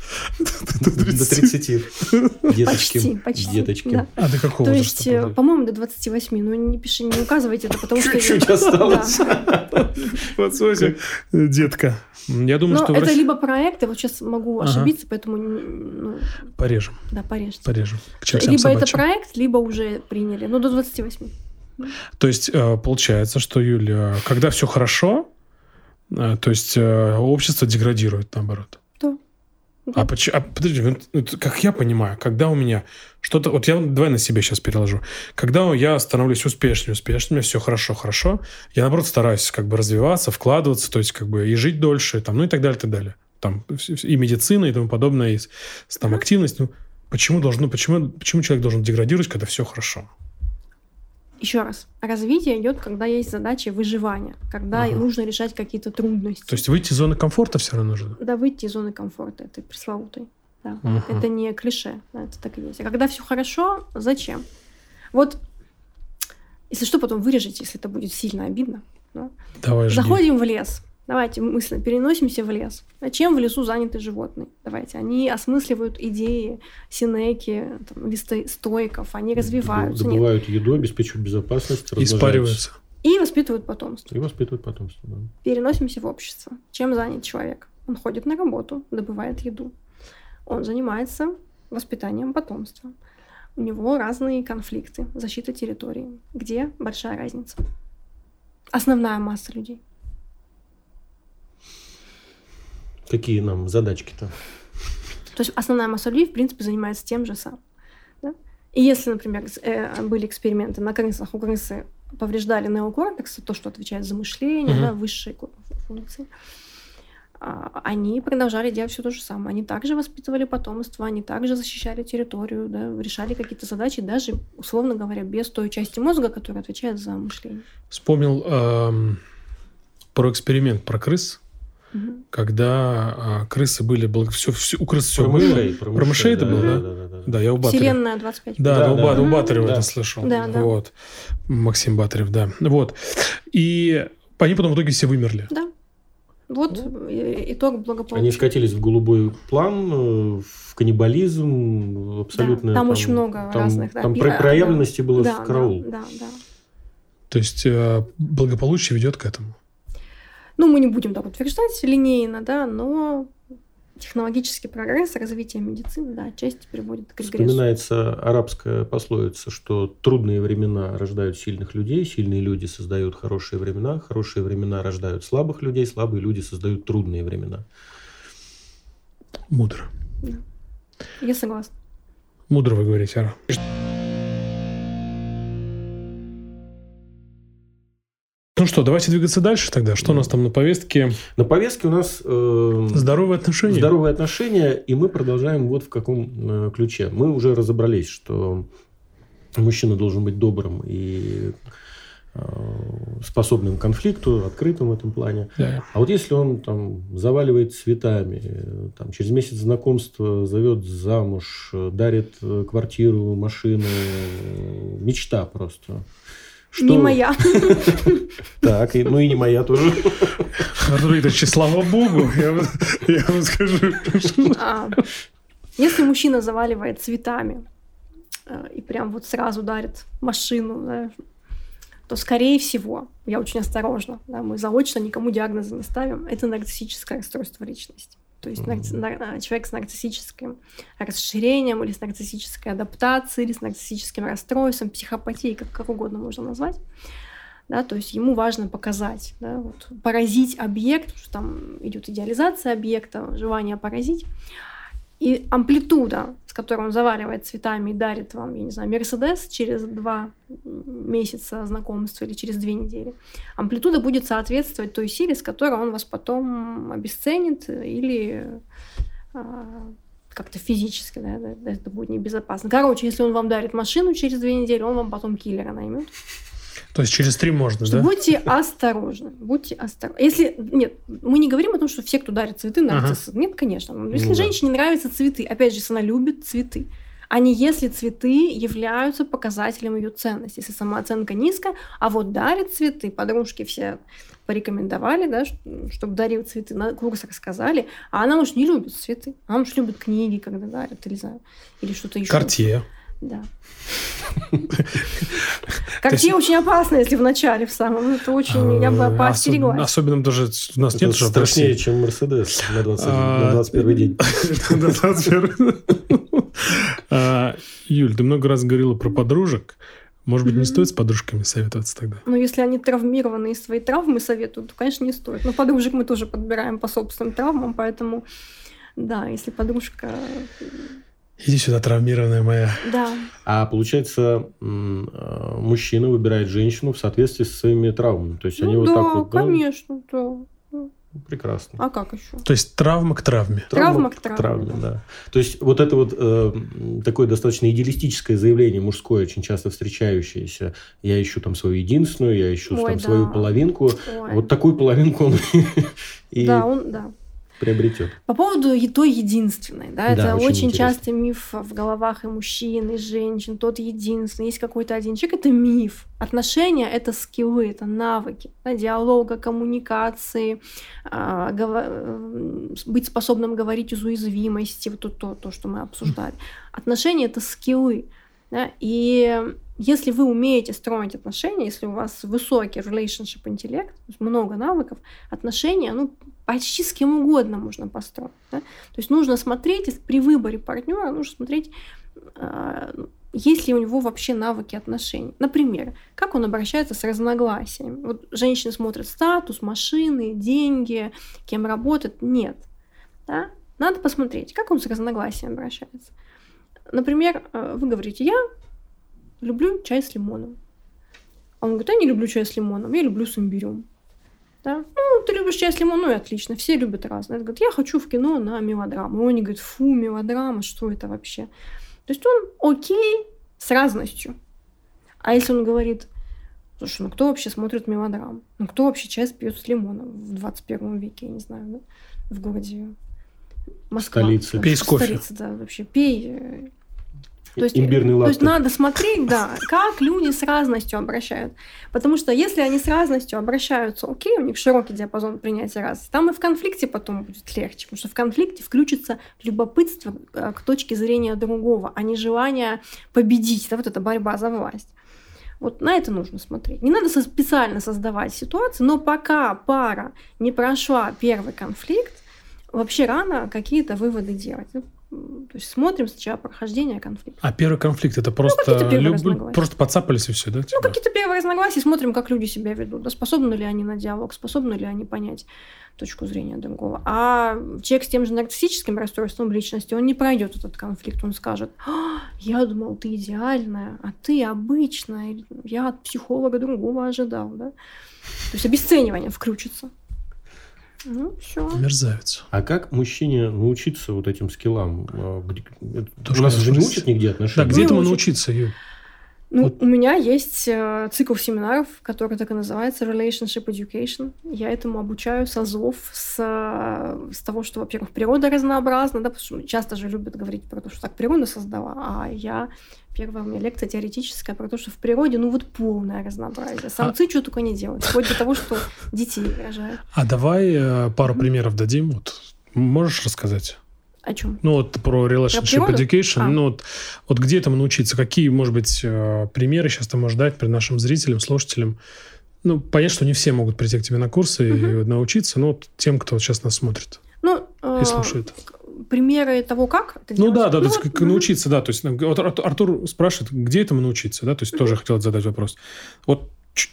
До 30. Почти. Деточки. Да. А до какого возраста? То есть, по-моему, до 28. Не указывайте это, потому что... Чуть-чуть осталось. Вот, слушай, детка. Я думаю, что это либо проект, я вот сейчас могу ошибиться, поэтому... Порежем. Да, порежьте. Порежем. Либо это проект, либо уже приняли. До 28. То есть, получается, что, Юля, когда все хорошо, то есть общество деградирует, наоборот. Да. Подожди, как я понимаю, когда у меня что-то... Вот давай на себе сейчас переложу. Когда я становлюсь успешнее, у меня все хорошо, я, наоборот, стараюсь развиваться, вкладываться, то есть и жить дольше, и так далее, и так далее. Там и медицина, и тому подобное, и активность. Почему человек должен деградировать, когда все хорошо? Еще раз. Развитие идет, когда есть задача выживания, когда нужно решать какие-то трудности. То есть выйти из зоны комфорта все равно нужно? Да, выйти из зоны комфорта, это пресловутый. Да. Это не клише, это так и есть. А когда все хорошо, зачем? Вот, если что, потом вырежете, если это будет сильно обидно. Да? Давай, заходим в лес. Давайте мысленно переносимся в лес. А чем в лесу заняты животные? Давайте. Они осмысливают идеи Сенеки, стоиков, они развиваются. Добывают еду, обеспечивают безопасность, испариваются. И воспитывают потомство. Да. Переносимся в общество. Чем занят человек? Он ходит на работу, добывает еду. Он занимается воспитанием потомства. У него разные конфликты, защита территории. Где большая разница? Основная масса людей. Какие нам задачки-то? То есть основная масса людей, в принципе, занимается тем же самым. Да? И если, например, были эксперименты на крысах, у крысы повреждали неокортекс, то, что отвечает за мышление, высшие функции, они продолжали делать все то же самое. Они также воспитывали потомство, они также защищали территорию, решали какие-то задачи, даже, условно говоря, без той части мозга, которая отвечает за мышление. Вспомнил про эксперимент про крыс. Когда крысы были... у крыс все было. Про мышей это было, да? Да, я у Батарева. Вселенная 25. Да, у Батарева это слышал. Да. Вот. Максим Батарев, да. Вот. И они потом в итоге все вымерли. Да. Вот итог благополучия. Они скатились в голубой план, в каннибализм, абсолютно... Да, там очень много разных. Там проявленности было в караул. Да. То есть благополучие ведет к этому. Мы не будем так утверждать линейно, но технологический прогресс, развитие медицины, отчасти приводит к регрессу. Вспоминается арабская пословица, что трудные времена рождают сильных людей, сильные люди создают хорошие времена рождают слабых людей, слабые люди создают трудные времена. Мудро. Да. Я согласна. Мудро вы говорите, Ара. Ну что, давайте двигаться дальше тогда. Что у нас там на повестке? На повестке у нас... здоровые отношения. Здоровые отношения, и мы продолжаем вот в каком ключе. Мы уже разобрались, что мужчина должен быть добрым и способным к конфликту, открытым в этом плане. Да. А вот если он заваливает цветами, через месяц знакомства зовет замуж, дарит квартиру, машину, мечта просто... Не моя. Так, и не моя тоже. Артурович, слава богу, я вам скажу. Если мужчина заваливает цветами и прям вот сразу дарит машину, то, скорее всего, я очень осторожна, мы заочно никому диагноза не ставим, это нарциссическое расстройство личности. То есть человек с нарциссическим расширением или с нарциссической адаптацией, или с нарциссическим расстройством, психопатией, как угодно можно назвать. Да, то есть ему важно показать, да, вот, поразить объект, что там идет идеализация объекта, желание поразить. И амплитуда, с которой он заваливает цветами и дарит вам, я не знаю, Мерседес через 2 месяца знакомства или через 2 недели, амплитуда будет соответствовать той силе, с которой он вас потом обесценит или как-то физически, да, это будет небезопасно. Короче, если он вам дарит машину через 2 недели, он вам потом киллера наймет. То есть через 3 можно, да? Будьте осторожны, будьте осторожны. Если нет, мы не говорим о том, что все, кто дарит цветы, нарциссы. Нет, конечно. Если женщине нравятся цветы, опять же, если она любит цветы, а не если цветы являются показателем ее ценности. Если самооценка низкая, а вот дарит цветы, подружки все порекомендовали, да, чтобы дарил цветы, на курс рассказали, а она уж не любит цветы, она уж любит книги, когда дарят, или что-то еще. Картье. Да. Картье очень опасно, если в начале, в самом. Это очень, я бы поостереглась. Особенно даже у нас нет уже страшнее, чем Мерседес на 21 день. Юль, ты много раз говорила про подружек. Может быть, не стоит с подружками советоваться тогда? Ну, если они травмированы и свои травмы советуют, то, конечно, не стоит. Но подружек мы тоже подбираем по собственным травмам, поэтому, да, если подружка... Иди сюда, травмированная моя. Да. А получается, мужчина выбирает женщину в соответствии со своими травмами. То есть они вот так вот... Да, конечно, да. Прекрасно. А как еще? То есть травма к травме. Травма к травме, да. То есть вот это вот такое достаточно идеалистическое заявление мужское, очень часто встречающееся. Я ищу там свою единственную, я ищу там свою половинку. Вот такую половинку он и приобретет. По поводу той единственной, да, это очень частый миф в головах и мужчин, и женщин. Тот единственный, есть какой-то один человек, это миф. Отношения — это скиллы, это навыки, да, диалога, коммуникации, быть способным говорить из уязвимости, вот то, что мы обсуждали. Отношения — это скиллы, да, и если вы умеете строить отношения, если у вас высокий relationship интеллект, много навыков, отношения, почти с кем угодно можно построить. Да? То есть нужно смотреть, при выборе партнера нужно смотреть, есть ли у него вообще навыки отношений. Например, как он обращается с разногласиями. Вот женщины смотрят статус, машины, деньги, кем работает. Нет. Да? Надо посмотреть, как он с разногласиями обращается. Например, вы говорите, я люблю чай с лимоном. А он говорит, я не люблю чай с лимоном, я люблю с имбирем. Да? Ты любишь чай с лимоном, и отлично, все любят разное. Он говорит, я хочу в кино на мелодраму. И он говорит, фу, мелодрама, что это вообще? То есть он окей с разностью. А если он говорит, слушай, кто вообще смотрит мелодраму? Кто вообще чай пьет с лимоном в 21 веке, я не знаю, да? В городе Москва. Столица. Пей с кофе. Столица, да, вообще, пей... То есть надо смотреть, да, как люди с разностью обращают. Потому что если они с разностью обращаются, окей, у них широкий диапазон принятия разности, там и в конфликте потом будет легче, потому что в конфликте включится любопытство к точке зрения другого, а не желание победить, да, вот эта борьба за власть. Вот на это нужно смотреть. Не надо специально создавать ситуации, но пока пара не прошла первый конфликт, вообще рано какие-то выводы делать. То есть смотрим сначала прохождение конфликта. А первый конфликт это просто просто подцапались и все, да? Какие-то первые разногласия, смотрим, как люди себя ведут. Да, способны ли они на диалог, способны ли они понять точку зрения другого. А человек с тем же нарциссическим расстройством личности, он не пройдет этот конфликт, он скажет, я думал, ты идеальная, а ты обычная, я от психолога другого ожидал. Да? То есть обесценивание включится. Все. Мерзавец. А как мужчине научиться вот этим скиллам? У нас же не учат нигде отношения. Да, где этому научиться, Юль? У меня есть цикл семинаров, который так и называется Relationship Education. Я этому обучаю с азов, с того, что, во-первых, природа разнообразна, да, потому что часто же любят говорить про то, что так природа создала, а первая у меня лекция теоретическая про то, что в природе, полное разнообразие. Самцы что только не делают, вплоть до того, что детей рожают. А давай пару примеров дадим. Вот, можешь рассказать? О чем? Про Relationship Education. Вот где этому научиться? Какие, может быть, примеры сейчас ты можешь дать при нашим зрителям, слушателям? Понятно, что не все могут прийти к тебе на курсы и научиться, но тем, кто сейчас нас смотрит. и слушает. Примеры того, как это Ну делать? да, то есть как научиться, да. То есть вот Артур спрашивает, где этому научиться, да? То есть тоже хотел задать вопрос. Вот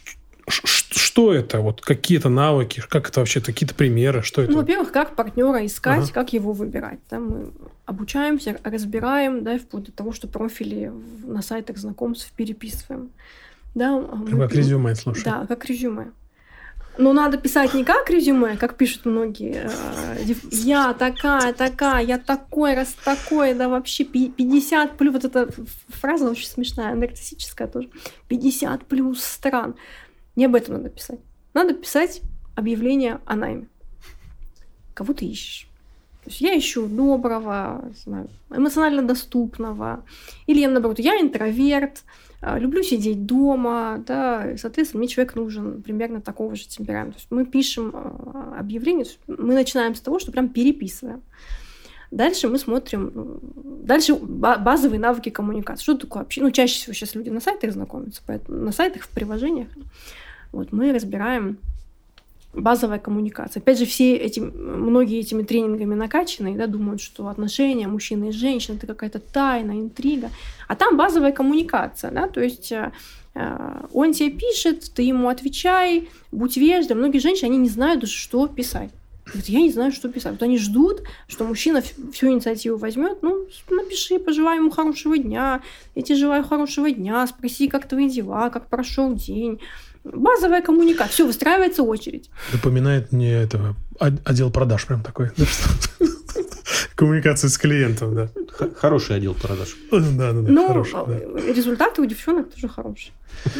что это? Вот какие-то навыки, как это вообще, какие-то примеры, что это? Ну, во-первых, как партнера искать, как его выбирать. Да? Мы обучаемся, разбираем, да, вплоть до того, что профили на сайтах знакомств переписываем. Да, Как резюме, слушай. Да, как резюме. Но надо писать не как резюме, как пишут многие. Я такая, я такой, раз такой, да вообще 50 плюс. Вот эта фраза очень смешная, анекдотическая тоже. 50 плюс стран. Не об этом надо писать. Надо писать объявление о найме. Кого ты ищешь? То есть я ищу доброго, эмоционально доступного. Или я, наоборот, я интроверт, люблю сидеть дома, да, и, соответственно, мне человек нужен примерно такого же темперамента. То есть мы пишем объявление, мы начинаем с того, что прям переписываем. Дальше мы смотрим, дальше базовые навыки коммуникации. Что такое общение? Ну, чаще всего сейчас люди на сайтах знакомятся, поэтому на сайтах, в приложениях. Вот мы разбираем базовая коммуникация. Опять же, многие этими тренингами накачаны, да, думают, что отношения мужчины и женщины – это какая-то тайна, интрига. А там базовая коммуникация. Да? То есть он тебе пишет, ты ему отвечай, будь вежлив. Многие женщины, они не знают, что писать. Говорят, я не знаю, что писать. Вот они ждут, что мужчина всю инициативу возьмет. Ну, напиши, пожелай ему хорошего дня. Я тебе желаю хорошего дня. Спроси, как твои дела, как прошел день. Базовая коммуникация. Все, выстраивается очередь. Напоминает мне отдел продаж прям такой. Коммуникация с клиентом, да. Хороший отдел продаж. Да, хороший. Результаты у девчонок тоже хорошие.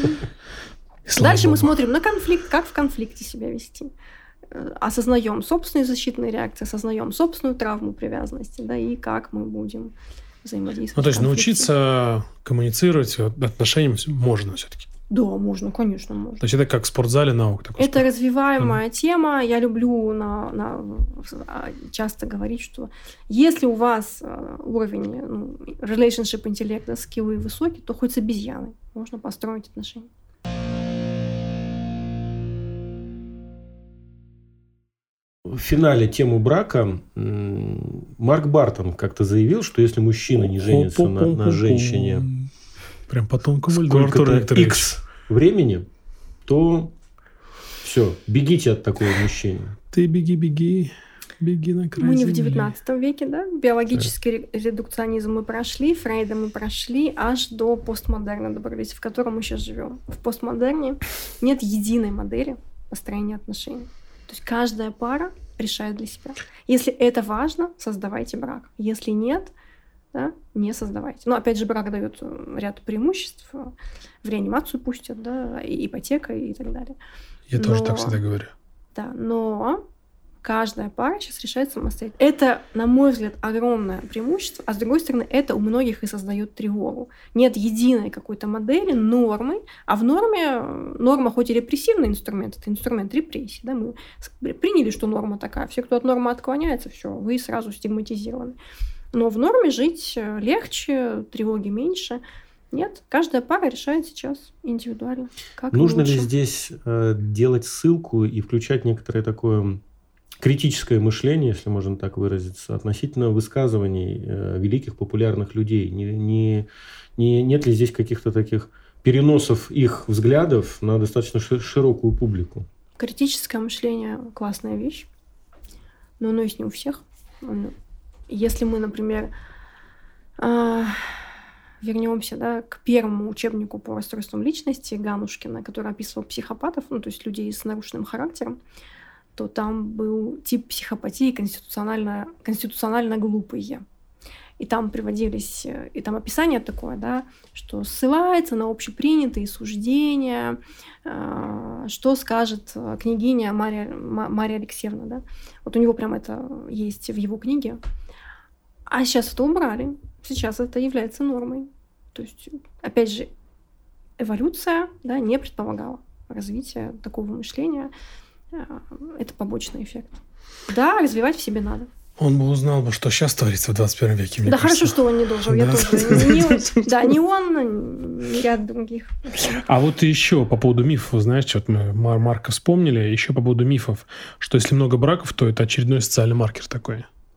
Дальше мы смотрим на конфликт, как в конфликте себя вести. Осознаем собственные защитные реакции, осознаем собственную травму привязанности, да, и как мы будем взаимодействовать. Ну, то есть научиться коммуницировать отношениям можно все-таки. Да, можно, конечно, можно. То есть это как в спортзале наук? Это развиваемая тема. Я люблю часто говорить, что если у вас уровень relationship интеллекта, скиллы высокий, то хоть с обезьяной можно построить отношения. В финале тему брака Марк Бартон как-то заявил, что если мужчина не женится на женщине прям по тонкому льду, Артур Викторович, X времени, то все, бегите от такого мужчины. Ты беги на край Мы не земли. в 19 веке, да? Биологический редукционизм мы прошли, Фрейда мы прошли, аж до постмодерна добрались, в котором мы сейчас живем. В постмодерне нет единой модели построения отношений. То есть каждая пара решает для себя. Если это важно, создавайте брак. Если нет, да, не создавайте. Но опять же, брак дает ряд преимуществ. В реанимацию пустят, да, ипотека и так далее. Я тоже так всегда говорю. Да, но каждая пара сейчас решает самостоятельно. Это, на мой взгляд, огромное преимущество, а с другой стороны, это у многих и создает тревогу. Нет единой какой-то модели, нормы, а в норме, норма хоть и репрессивный инструмент, это инструмент репрессии, да, мы приняли, что норма такая, все, кто от нормы отклоняется, все, вы сразу стигматизированы. Но в норме жить легче, тревоги меньше. Нет, каждая пара решает сейчас индивидуально. Как нужно лучше. ли здесь делать ссылку и включать некоторое такое критическое мышление, если можно так выразиться, относительно высказываний великих популярных людей? Нет ли здесь каких-то таких переносов их взглядов на достаточно широкую публику? Критическое мышление – классная вещь, но оно есть не у всех. Если мы, например, вернемся, да, к первому учебнику по расстройствам личности Ганушкина, который описывал психопатов, ну, то есть людей с нарушенным характером, то там был тип психопатии конституционально глупые. И там приводились, и там описание такое, да, что ссылается на общепринятые суждения, что скажет княгиня Мария Алексеевна. Да? Вот у него прям это есть в его книге. А сейчас это убрали. Сейчас это является нормой. То есть, опять же, эволюция, да, не предполагала развития такого мышления. Это побочный эффект. Да, развивать в себе надо. Он бы узнал, что сейчас творится в 21 веке. Да, хорошо, что он не должен. Я тоже. Да, не он, ни ряд других. А вот еще по поводу мифов, знаешь, что мы Марка вспомнили, еще по поводу мифов, что если много браков, то это очередной социальный маркер такой.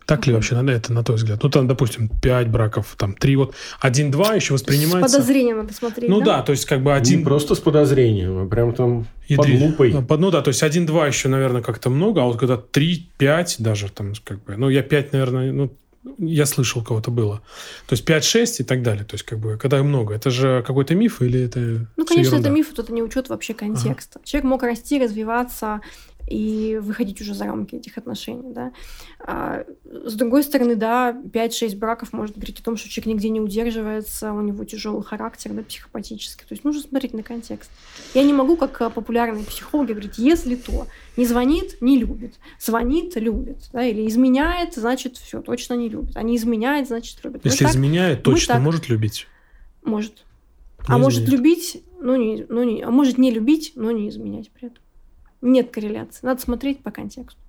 Так ли вообще это, на твой взгляд? Ну, там, допустим, 5 браков, там 3, вот 1-2 еще воспринимается... С подозрением надо смотреть, Ну да, то есть как бы один... Не просто с подозрением, а прям там под лупой. Ну да, то есть 1-2 еще, наверное, как-то много, а вот когда 3-5 даже там как бы... Ну, я 5, наверное, ну, я слышал, у кого-то было. То есть 5-6 и так далее. То есть как бы, когда много, это же какой-то миф или это... Ну, конечно, это миф, это не учет вообще контекста. Ага. Человек мог расти, развиваться и выходить уже за рамки этих отношений, да. А с другой стороны, да, 5-6 браков может говорить о том, что человек нигде не удерживается, у него тяжелый характер, да, психопатический. То есть нужно смотреть на контекст. Я не могу, как популярные психологи, говорить, если то. Не звонит, не любит. Звонит, любит. Да, или изменяет, значит, все, точно не любит. А не изменяет, значит, любит. Если изменяет, точно может любить? Может. А может любить, а может не любить, но не изменять при этом. Нет корреляции. Надо смотреть по контексту.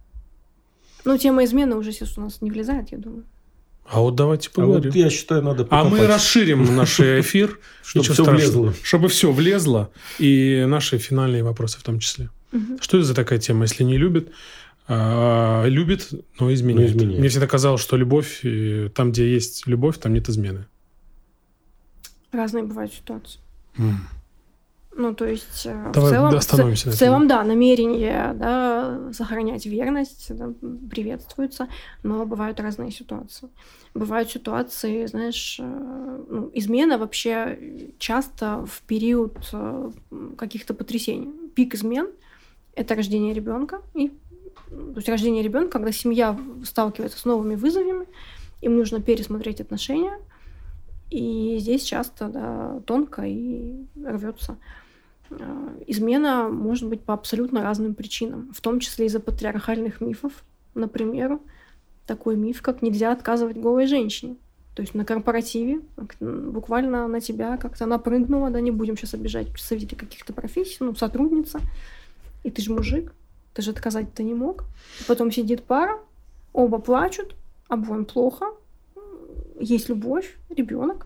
Но тема измены уже сейчас у нас не влезает, я думаю. А вот давайте поговорим. Вот я считаю, надо покопать. А мы расширим наш эфир, чтобы все влезло. Чтобы все влезло, и наши финальные вопросы в том числе. Что это за такая тема? Если не любит, любит, но изменяет. Мне всегда казалось, что любовь, там, где есть любовь, там нет измены. Разные бывают ситуации. Ну, то есть, в целом, да, намерение, да, сохранять верность, да, приветствуется, но бывают разные ситуации. Бывают ситуации, знаешь, измена вообще часто в период каких-то потрясений. Пик измен – это рождение ребенка. То есть рождение ребенка, когда семья сталкивается с новыми вызовами, им нужно пересмотреть отношения, и здесь часто, да, тонко и рвется. Измена может быть по абсолютно разным причинам, в том числе из-за патриархальных мифов. Например, такой миф, как нельзя отказывать голой женщине. То есть на корпоративе буквально на тебя как-то напрыгнула, да, не будем сейчас обижать представителей каких-то профессий, сотрудница, и ты же мужик, ты же отказать-то не мог. Потом сидит пара, оба плачут, обоим плохо, есть любовь, ребенок.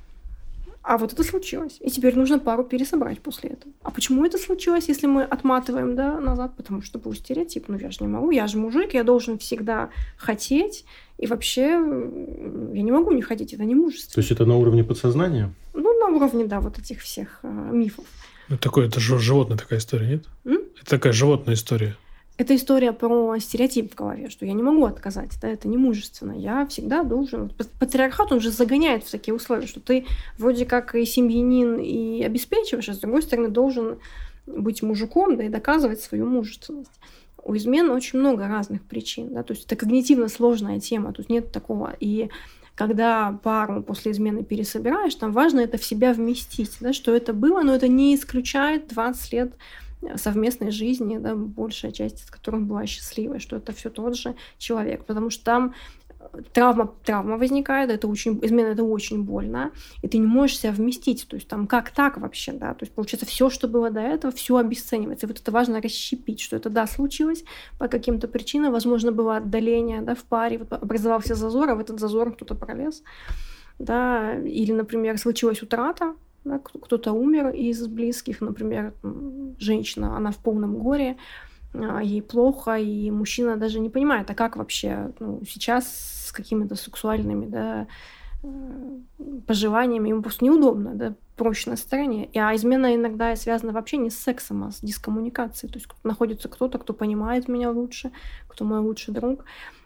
А вот это случилось. И теперь нужно пару пересобрать после этого. А почему это случилось, если мы отматываем, да, назад? Потому что был стереотип. Я же не могу, я же мужик, я должен всегда хотеть. И вообще я не могу не хотеть, это не мужество. То есть это на уровне подсознания? На уровне, да, вот этих всех мифов. Это же животная такая история, нет? Это такая животная история. Это история про стереотип в голове, что я не могу отказать, да, это не мужественно. Я всегда должен... Патриархат, он же загоняет в такие условия, что ты вроде как и семьянин, и обеспечиваешь, а с другой стороны должен быть мужиком, да, и доказывать свою мужественность. У измен очень много разных причин, да, то есть это когнитивно сложная тема, тут нет такого. И когда пару после измены пересобираешь, там важно это в себя вместить, да, что это было, но это не исключает 20 лет совместной жизни, да, большая часть из которых была счастливой, что это все тот же человек, потому что там травма возникает, измена это очень больно, и ты не можешь себя вместить, то есть там как так вообще, да, то есть получается все, что было до этого, все обесценивается, и вот это важно расщепить, что это, да, случилось по каким-то причинам, возможно, было отдаление, да, в паре, вот образовался зазор, а в этот зазор кто-то пролез, да, или, например, случилась утрата, да, кто-то умер из близких, например, женщина, она в полном горе, ей плохо, и мужчина даже не понимает, а как вообще сейчас с какими-то сексуальными, да, пожеланиями, ему просто неудобно, да, проще на стороне. А измена иногда связана вообще не с сексом, а с дискоммуникацией. То есть находится кто-то, кто понимает меня лучше, кто мой лучший друг,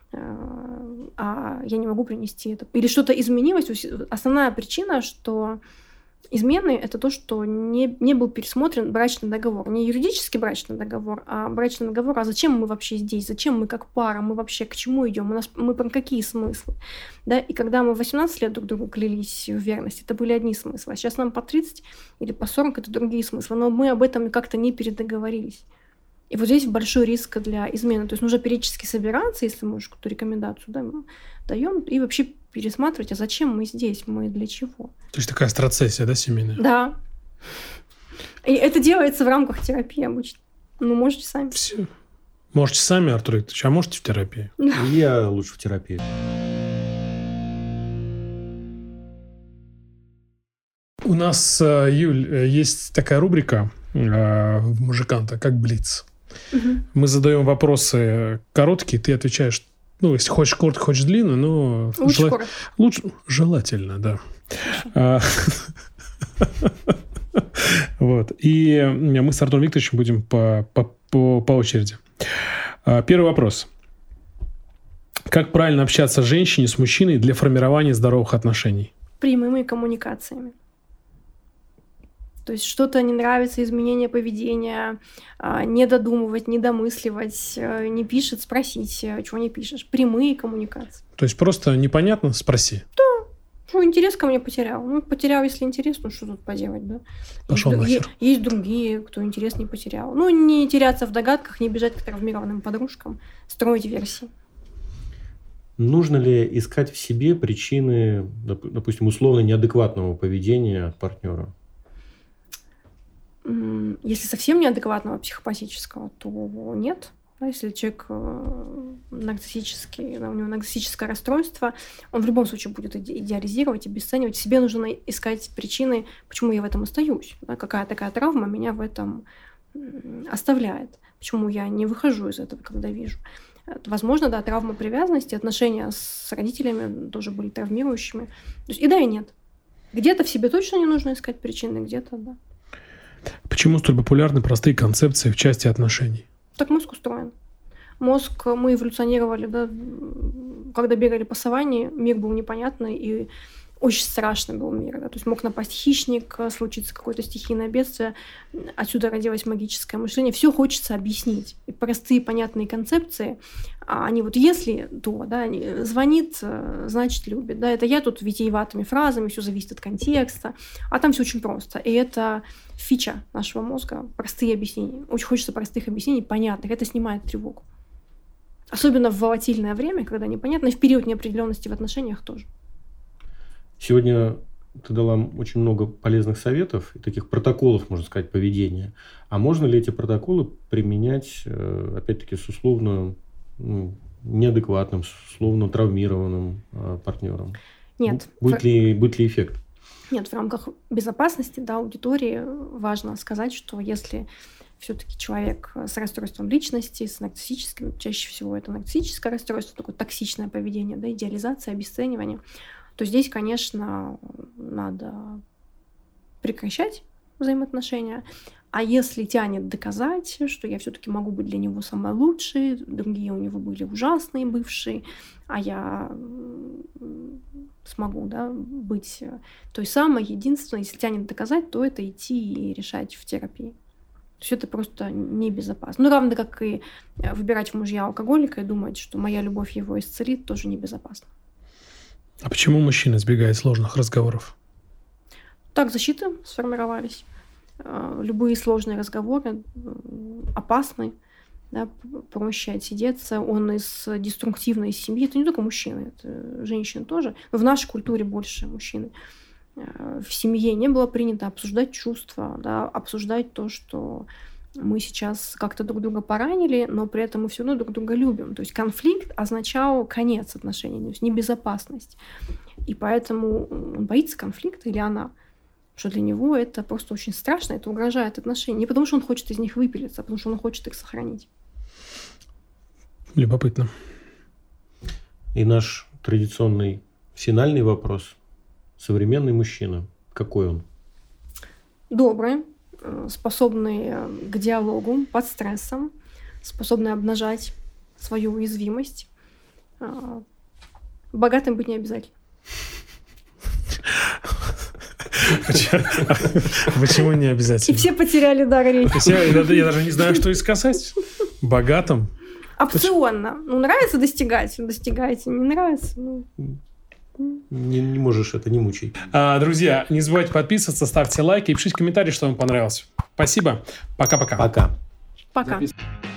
а я не могу принести это. Или что-то изменилось. Основная причина, что измены – это то, что не был пересмотрен брачный договор. Не юридический брачный договор, а брачный договор. А зачем мы вообще здесь? Зачем мы как пара? Мы вообще к чему идем? Мы про какие смыслы? Да? И когда мы в 18 лет друг другу клялись в верности, это были одни смыслы. А сейчас нам по 30 или по 40 – это другие смыслы. Но мы об этом как-то не передоговорились. И вот здесь большой риск для измены. То есть нужно периодически собираться, если мы уже какую-то рекомендацию, да, даем, и вообще пересматривать, а зачем мы здесь, мы для чего. То есть такая страцессия, да, семейная? Да. И это делается в рамках терапии обычно. Можете сами. Все. Можете сами, Артур Викторович, а можете в терапии? Да. Я лучше в терапии. У нас, Юль, есть такая рубрика в «Мужиканта», как «Блиц». Угу. Мы задаем вопросы короткие, ты отвечаешь Ну, если хочешь коротко, хочешь длинно, но... Лучше коротко. Лучше, желательно, да. Вот. И мы с Артуром Викторовичем будем по очереди. Первый вопрос. Как правильно общаться женщине с мужчиной для формирования здоровых отношений? Прямыми коммуникациями. То есть что-то не нравится, изменение поведения, не додумывать, не домысливать, не пишет, спросить, чего не пишешь. Прямые коммуникации. То есть просто непонятно, спроси. Ну, интерес ко мне потерял. Ну, потерял, если интерес, ну, что тут поделать, да? Пошел нахер. Есть другие, кто интерес не потерял. Ну, не теряться в догадках, не бежать к травмированным подружкам, строить версии. Нужно ли искать в себе причины, допустим, условно неадекватного поведения от партнера? Если совсем неадекватного психопатического, то нет. Если человек нарциссический, у него нарциссическое расстройство, он в любом случае будет идеализировать, обесценивать. Себе нужно искать причины, почему я в этом остаюсь. Да, какая такая травма меня в этом оставляет. Почему я не выхожу из этого, когда вижу. Возможно, да, травма привязанности, отношения с родителями тоже были травмирующими. То есть и да, и нет. Где-то в себе точно не нужно искать причины, где-то да. Почему столь популярны простые концепции в части отношений? Так мозг устроен. Мозг, мы эволюционировали, да, когда бегали по саванне, мир был непонятный и очень страшный был мир. Да. То есть мог напасть хищник, случиться какое-то стихийное бедствие. Отсюда родилось магическое мышление. Все хочется объяснить. И простые понятные концепции, они вот если, то, да, звонит, значит любит. Да, это я тут витиеватыми фразами, все зависит от контекста. А там все очень просто. И это фича нашего мозга. Простые объяснения. Очень хочется простых объяснений, понятных. Это снимает тревогу. Особенно в волатильное время, когда непонятно, и в период неопределенности в отношениях тоже. Сегодня ты дала очень много полезных советов и таких протоколов, можно сказать, поведения. А можно ли эти протоколы применять, опять-таки, с условно неадекватным, с условно травмированным партнером? Нет. Будет ли эффект? Нет, в рамках безопасности, да, аудитории важно сказать, что если все-таки человек с расстройством личности, с нарциссическим, чаще всего это нарциссическое расстройство, такое токсичное поведение, да, идеализация, обесценивание, то здесь, конечно, надо прекращать взаимоотношения. А если тянет доказать, что я все-таки могу быть для него самой лучшей, другие у него были ужасные бывшие, а я смогу, да, быть той самой, единственной, если тянет доказать, то это идти и решать в терапии. То есть это просто небезопасно. Ну, равно как и выбирать в мужья алкоголика и думать, что моя любовь его исцелит, тоже небезопасно. А почему мужчина избегает сложных разговоров? Так защиты сформировались. Любые сложные разговоры опасны, да, проще отсидеться. Он из деструктивной семьи. Это не только мужчины, это женщины тоже. Но в нашей культуре больше мужчины. В семье не было принято обсуждать чувства, да, обсуждать то, что мы сейчас как-то друг друга поранили, но при этом мы все равно друг друга любим. То есть конфликт означал конец отношений, то есть небезопасность. И поэтому он боится конфликта, или она, что для него это просто очень страшно, это угрожает отношениям. Не потому, что он хочет из них выпилиться, а потому, что он хочет их сохранить. Любопытно. И наш традиционный финальный вопрос. Современный мужчина. Какой он? Добрый, способный к диалогу под стрессом, способный обнажать свою уязвимость. Богатым быть не обязательно. Почему не обязательно? И все потеряли дар речи. Я даже не знаю, что и сказать. Богатым? Опционно. Ну, нравится достигать? Достигайте. Не нравится? Ну... Не можешь, это не мучай. Друзья, не забывайте подписываться, ставьте лайки и пишите комментарии, что вам понравилось. Спасибо. Пока-пока. Пока. Пока.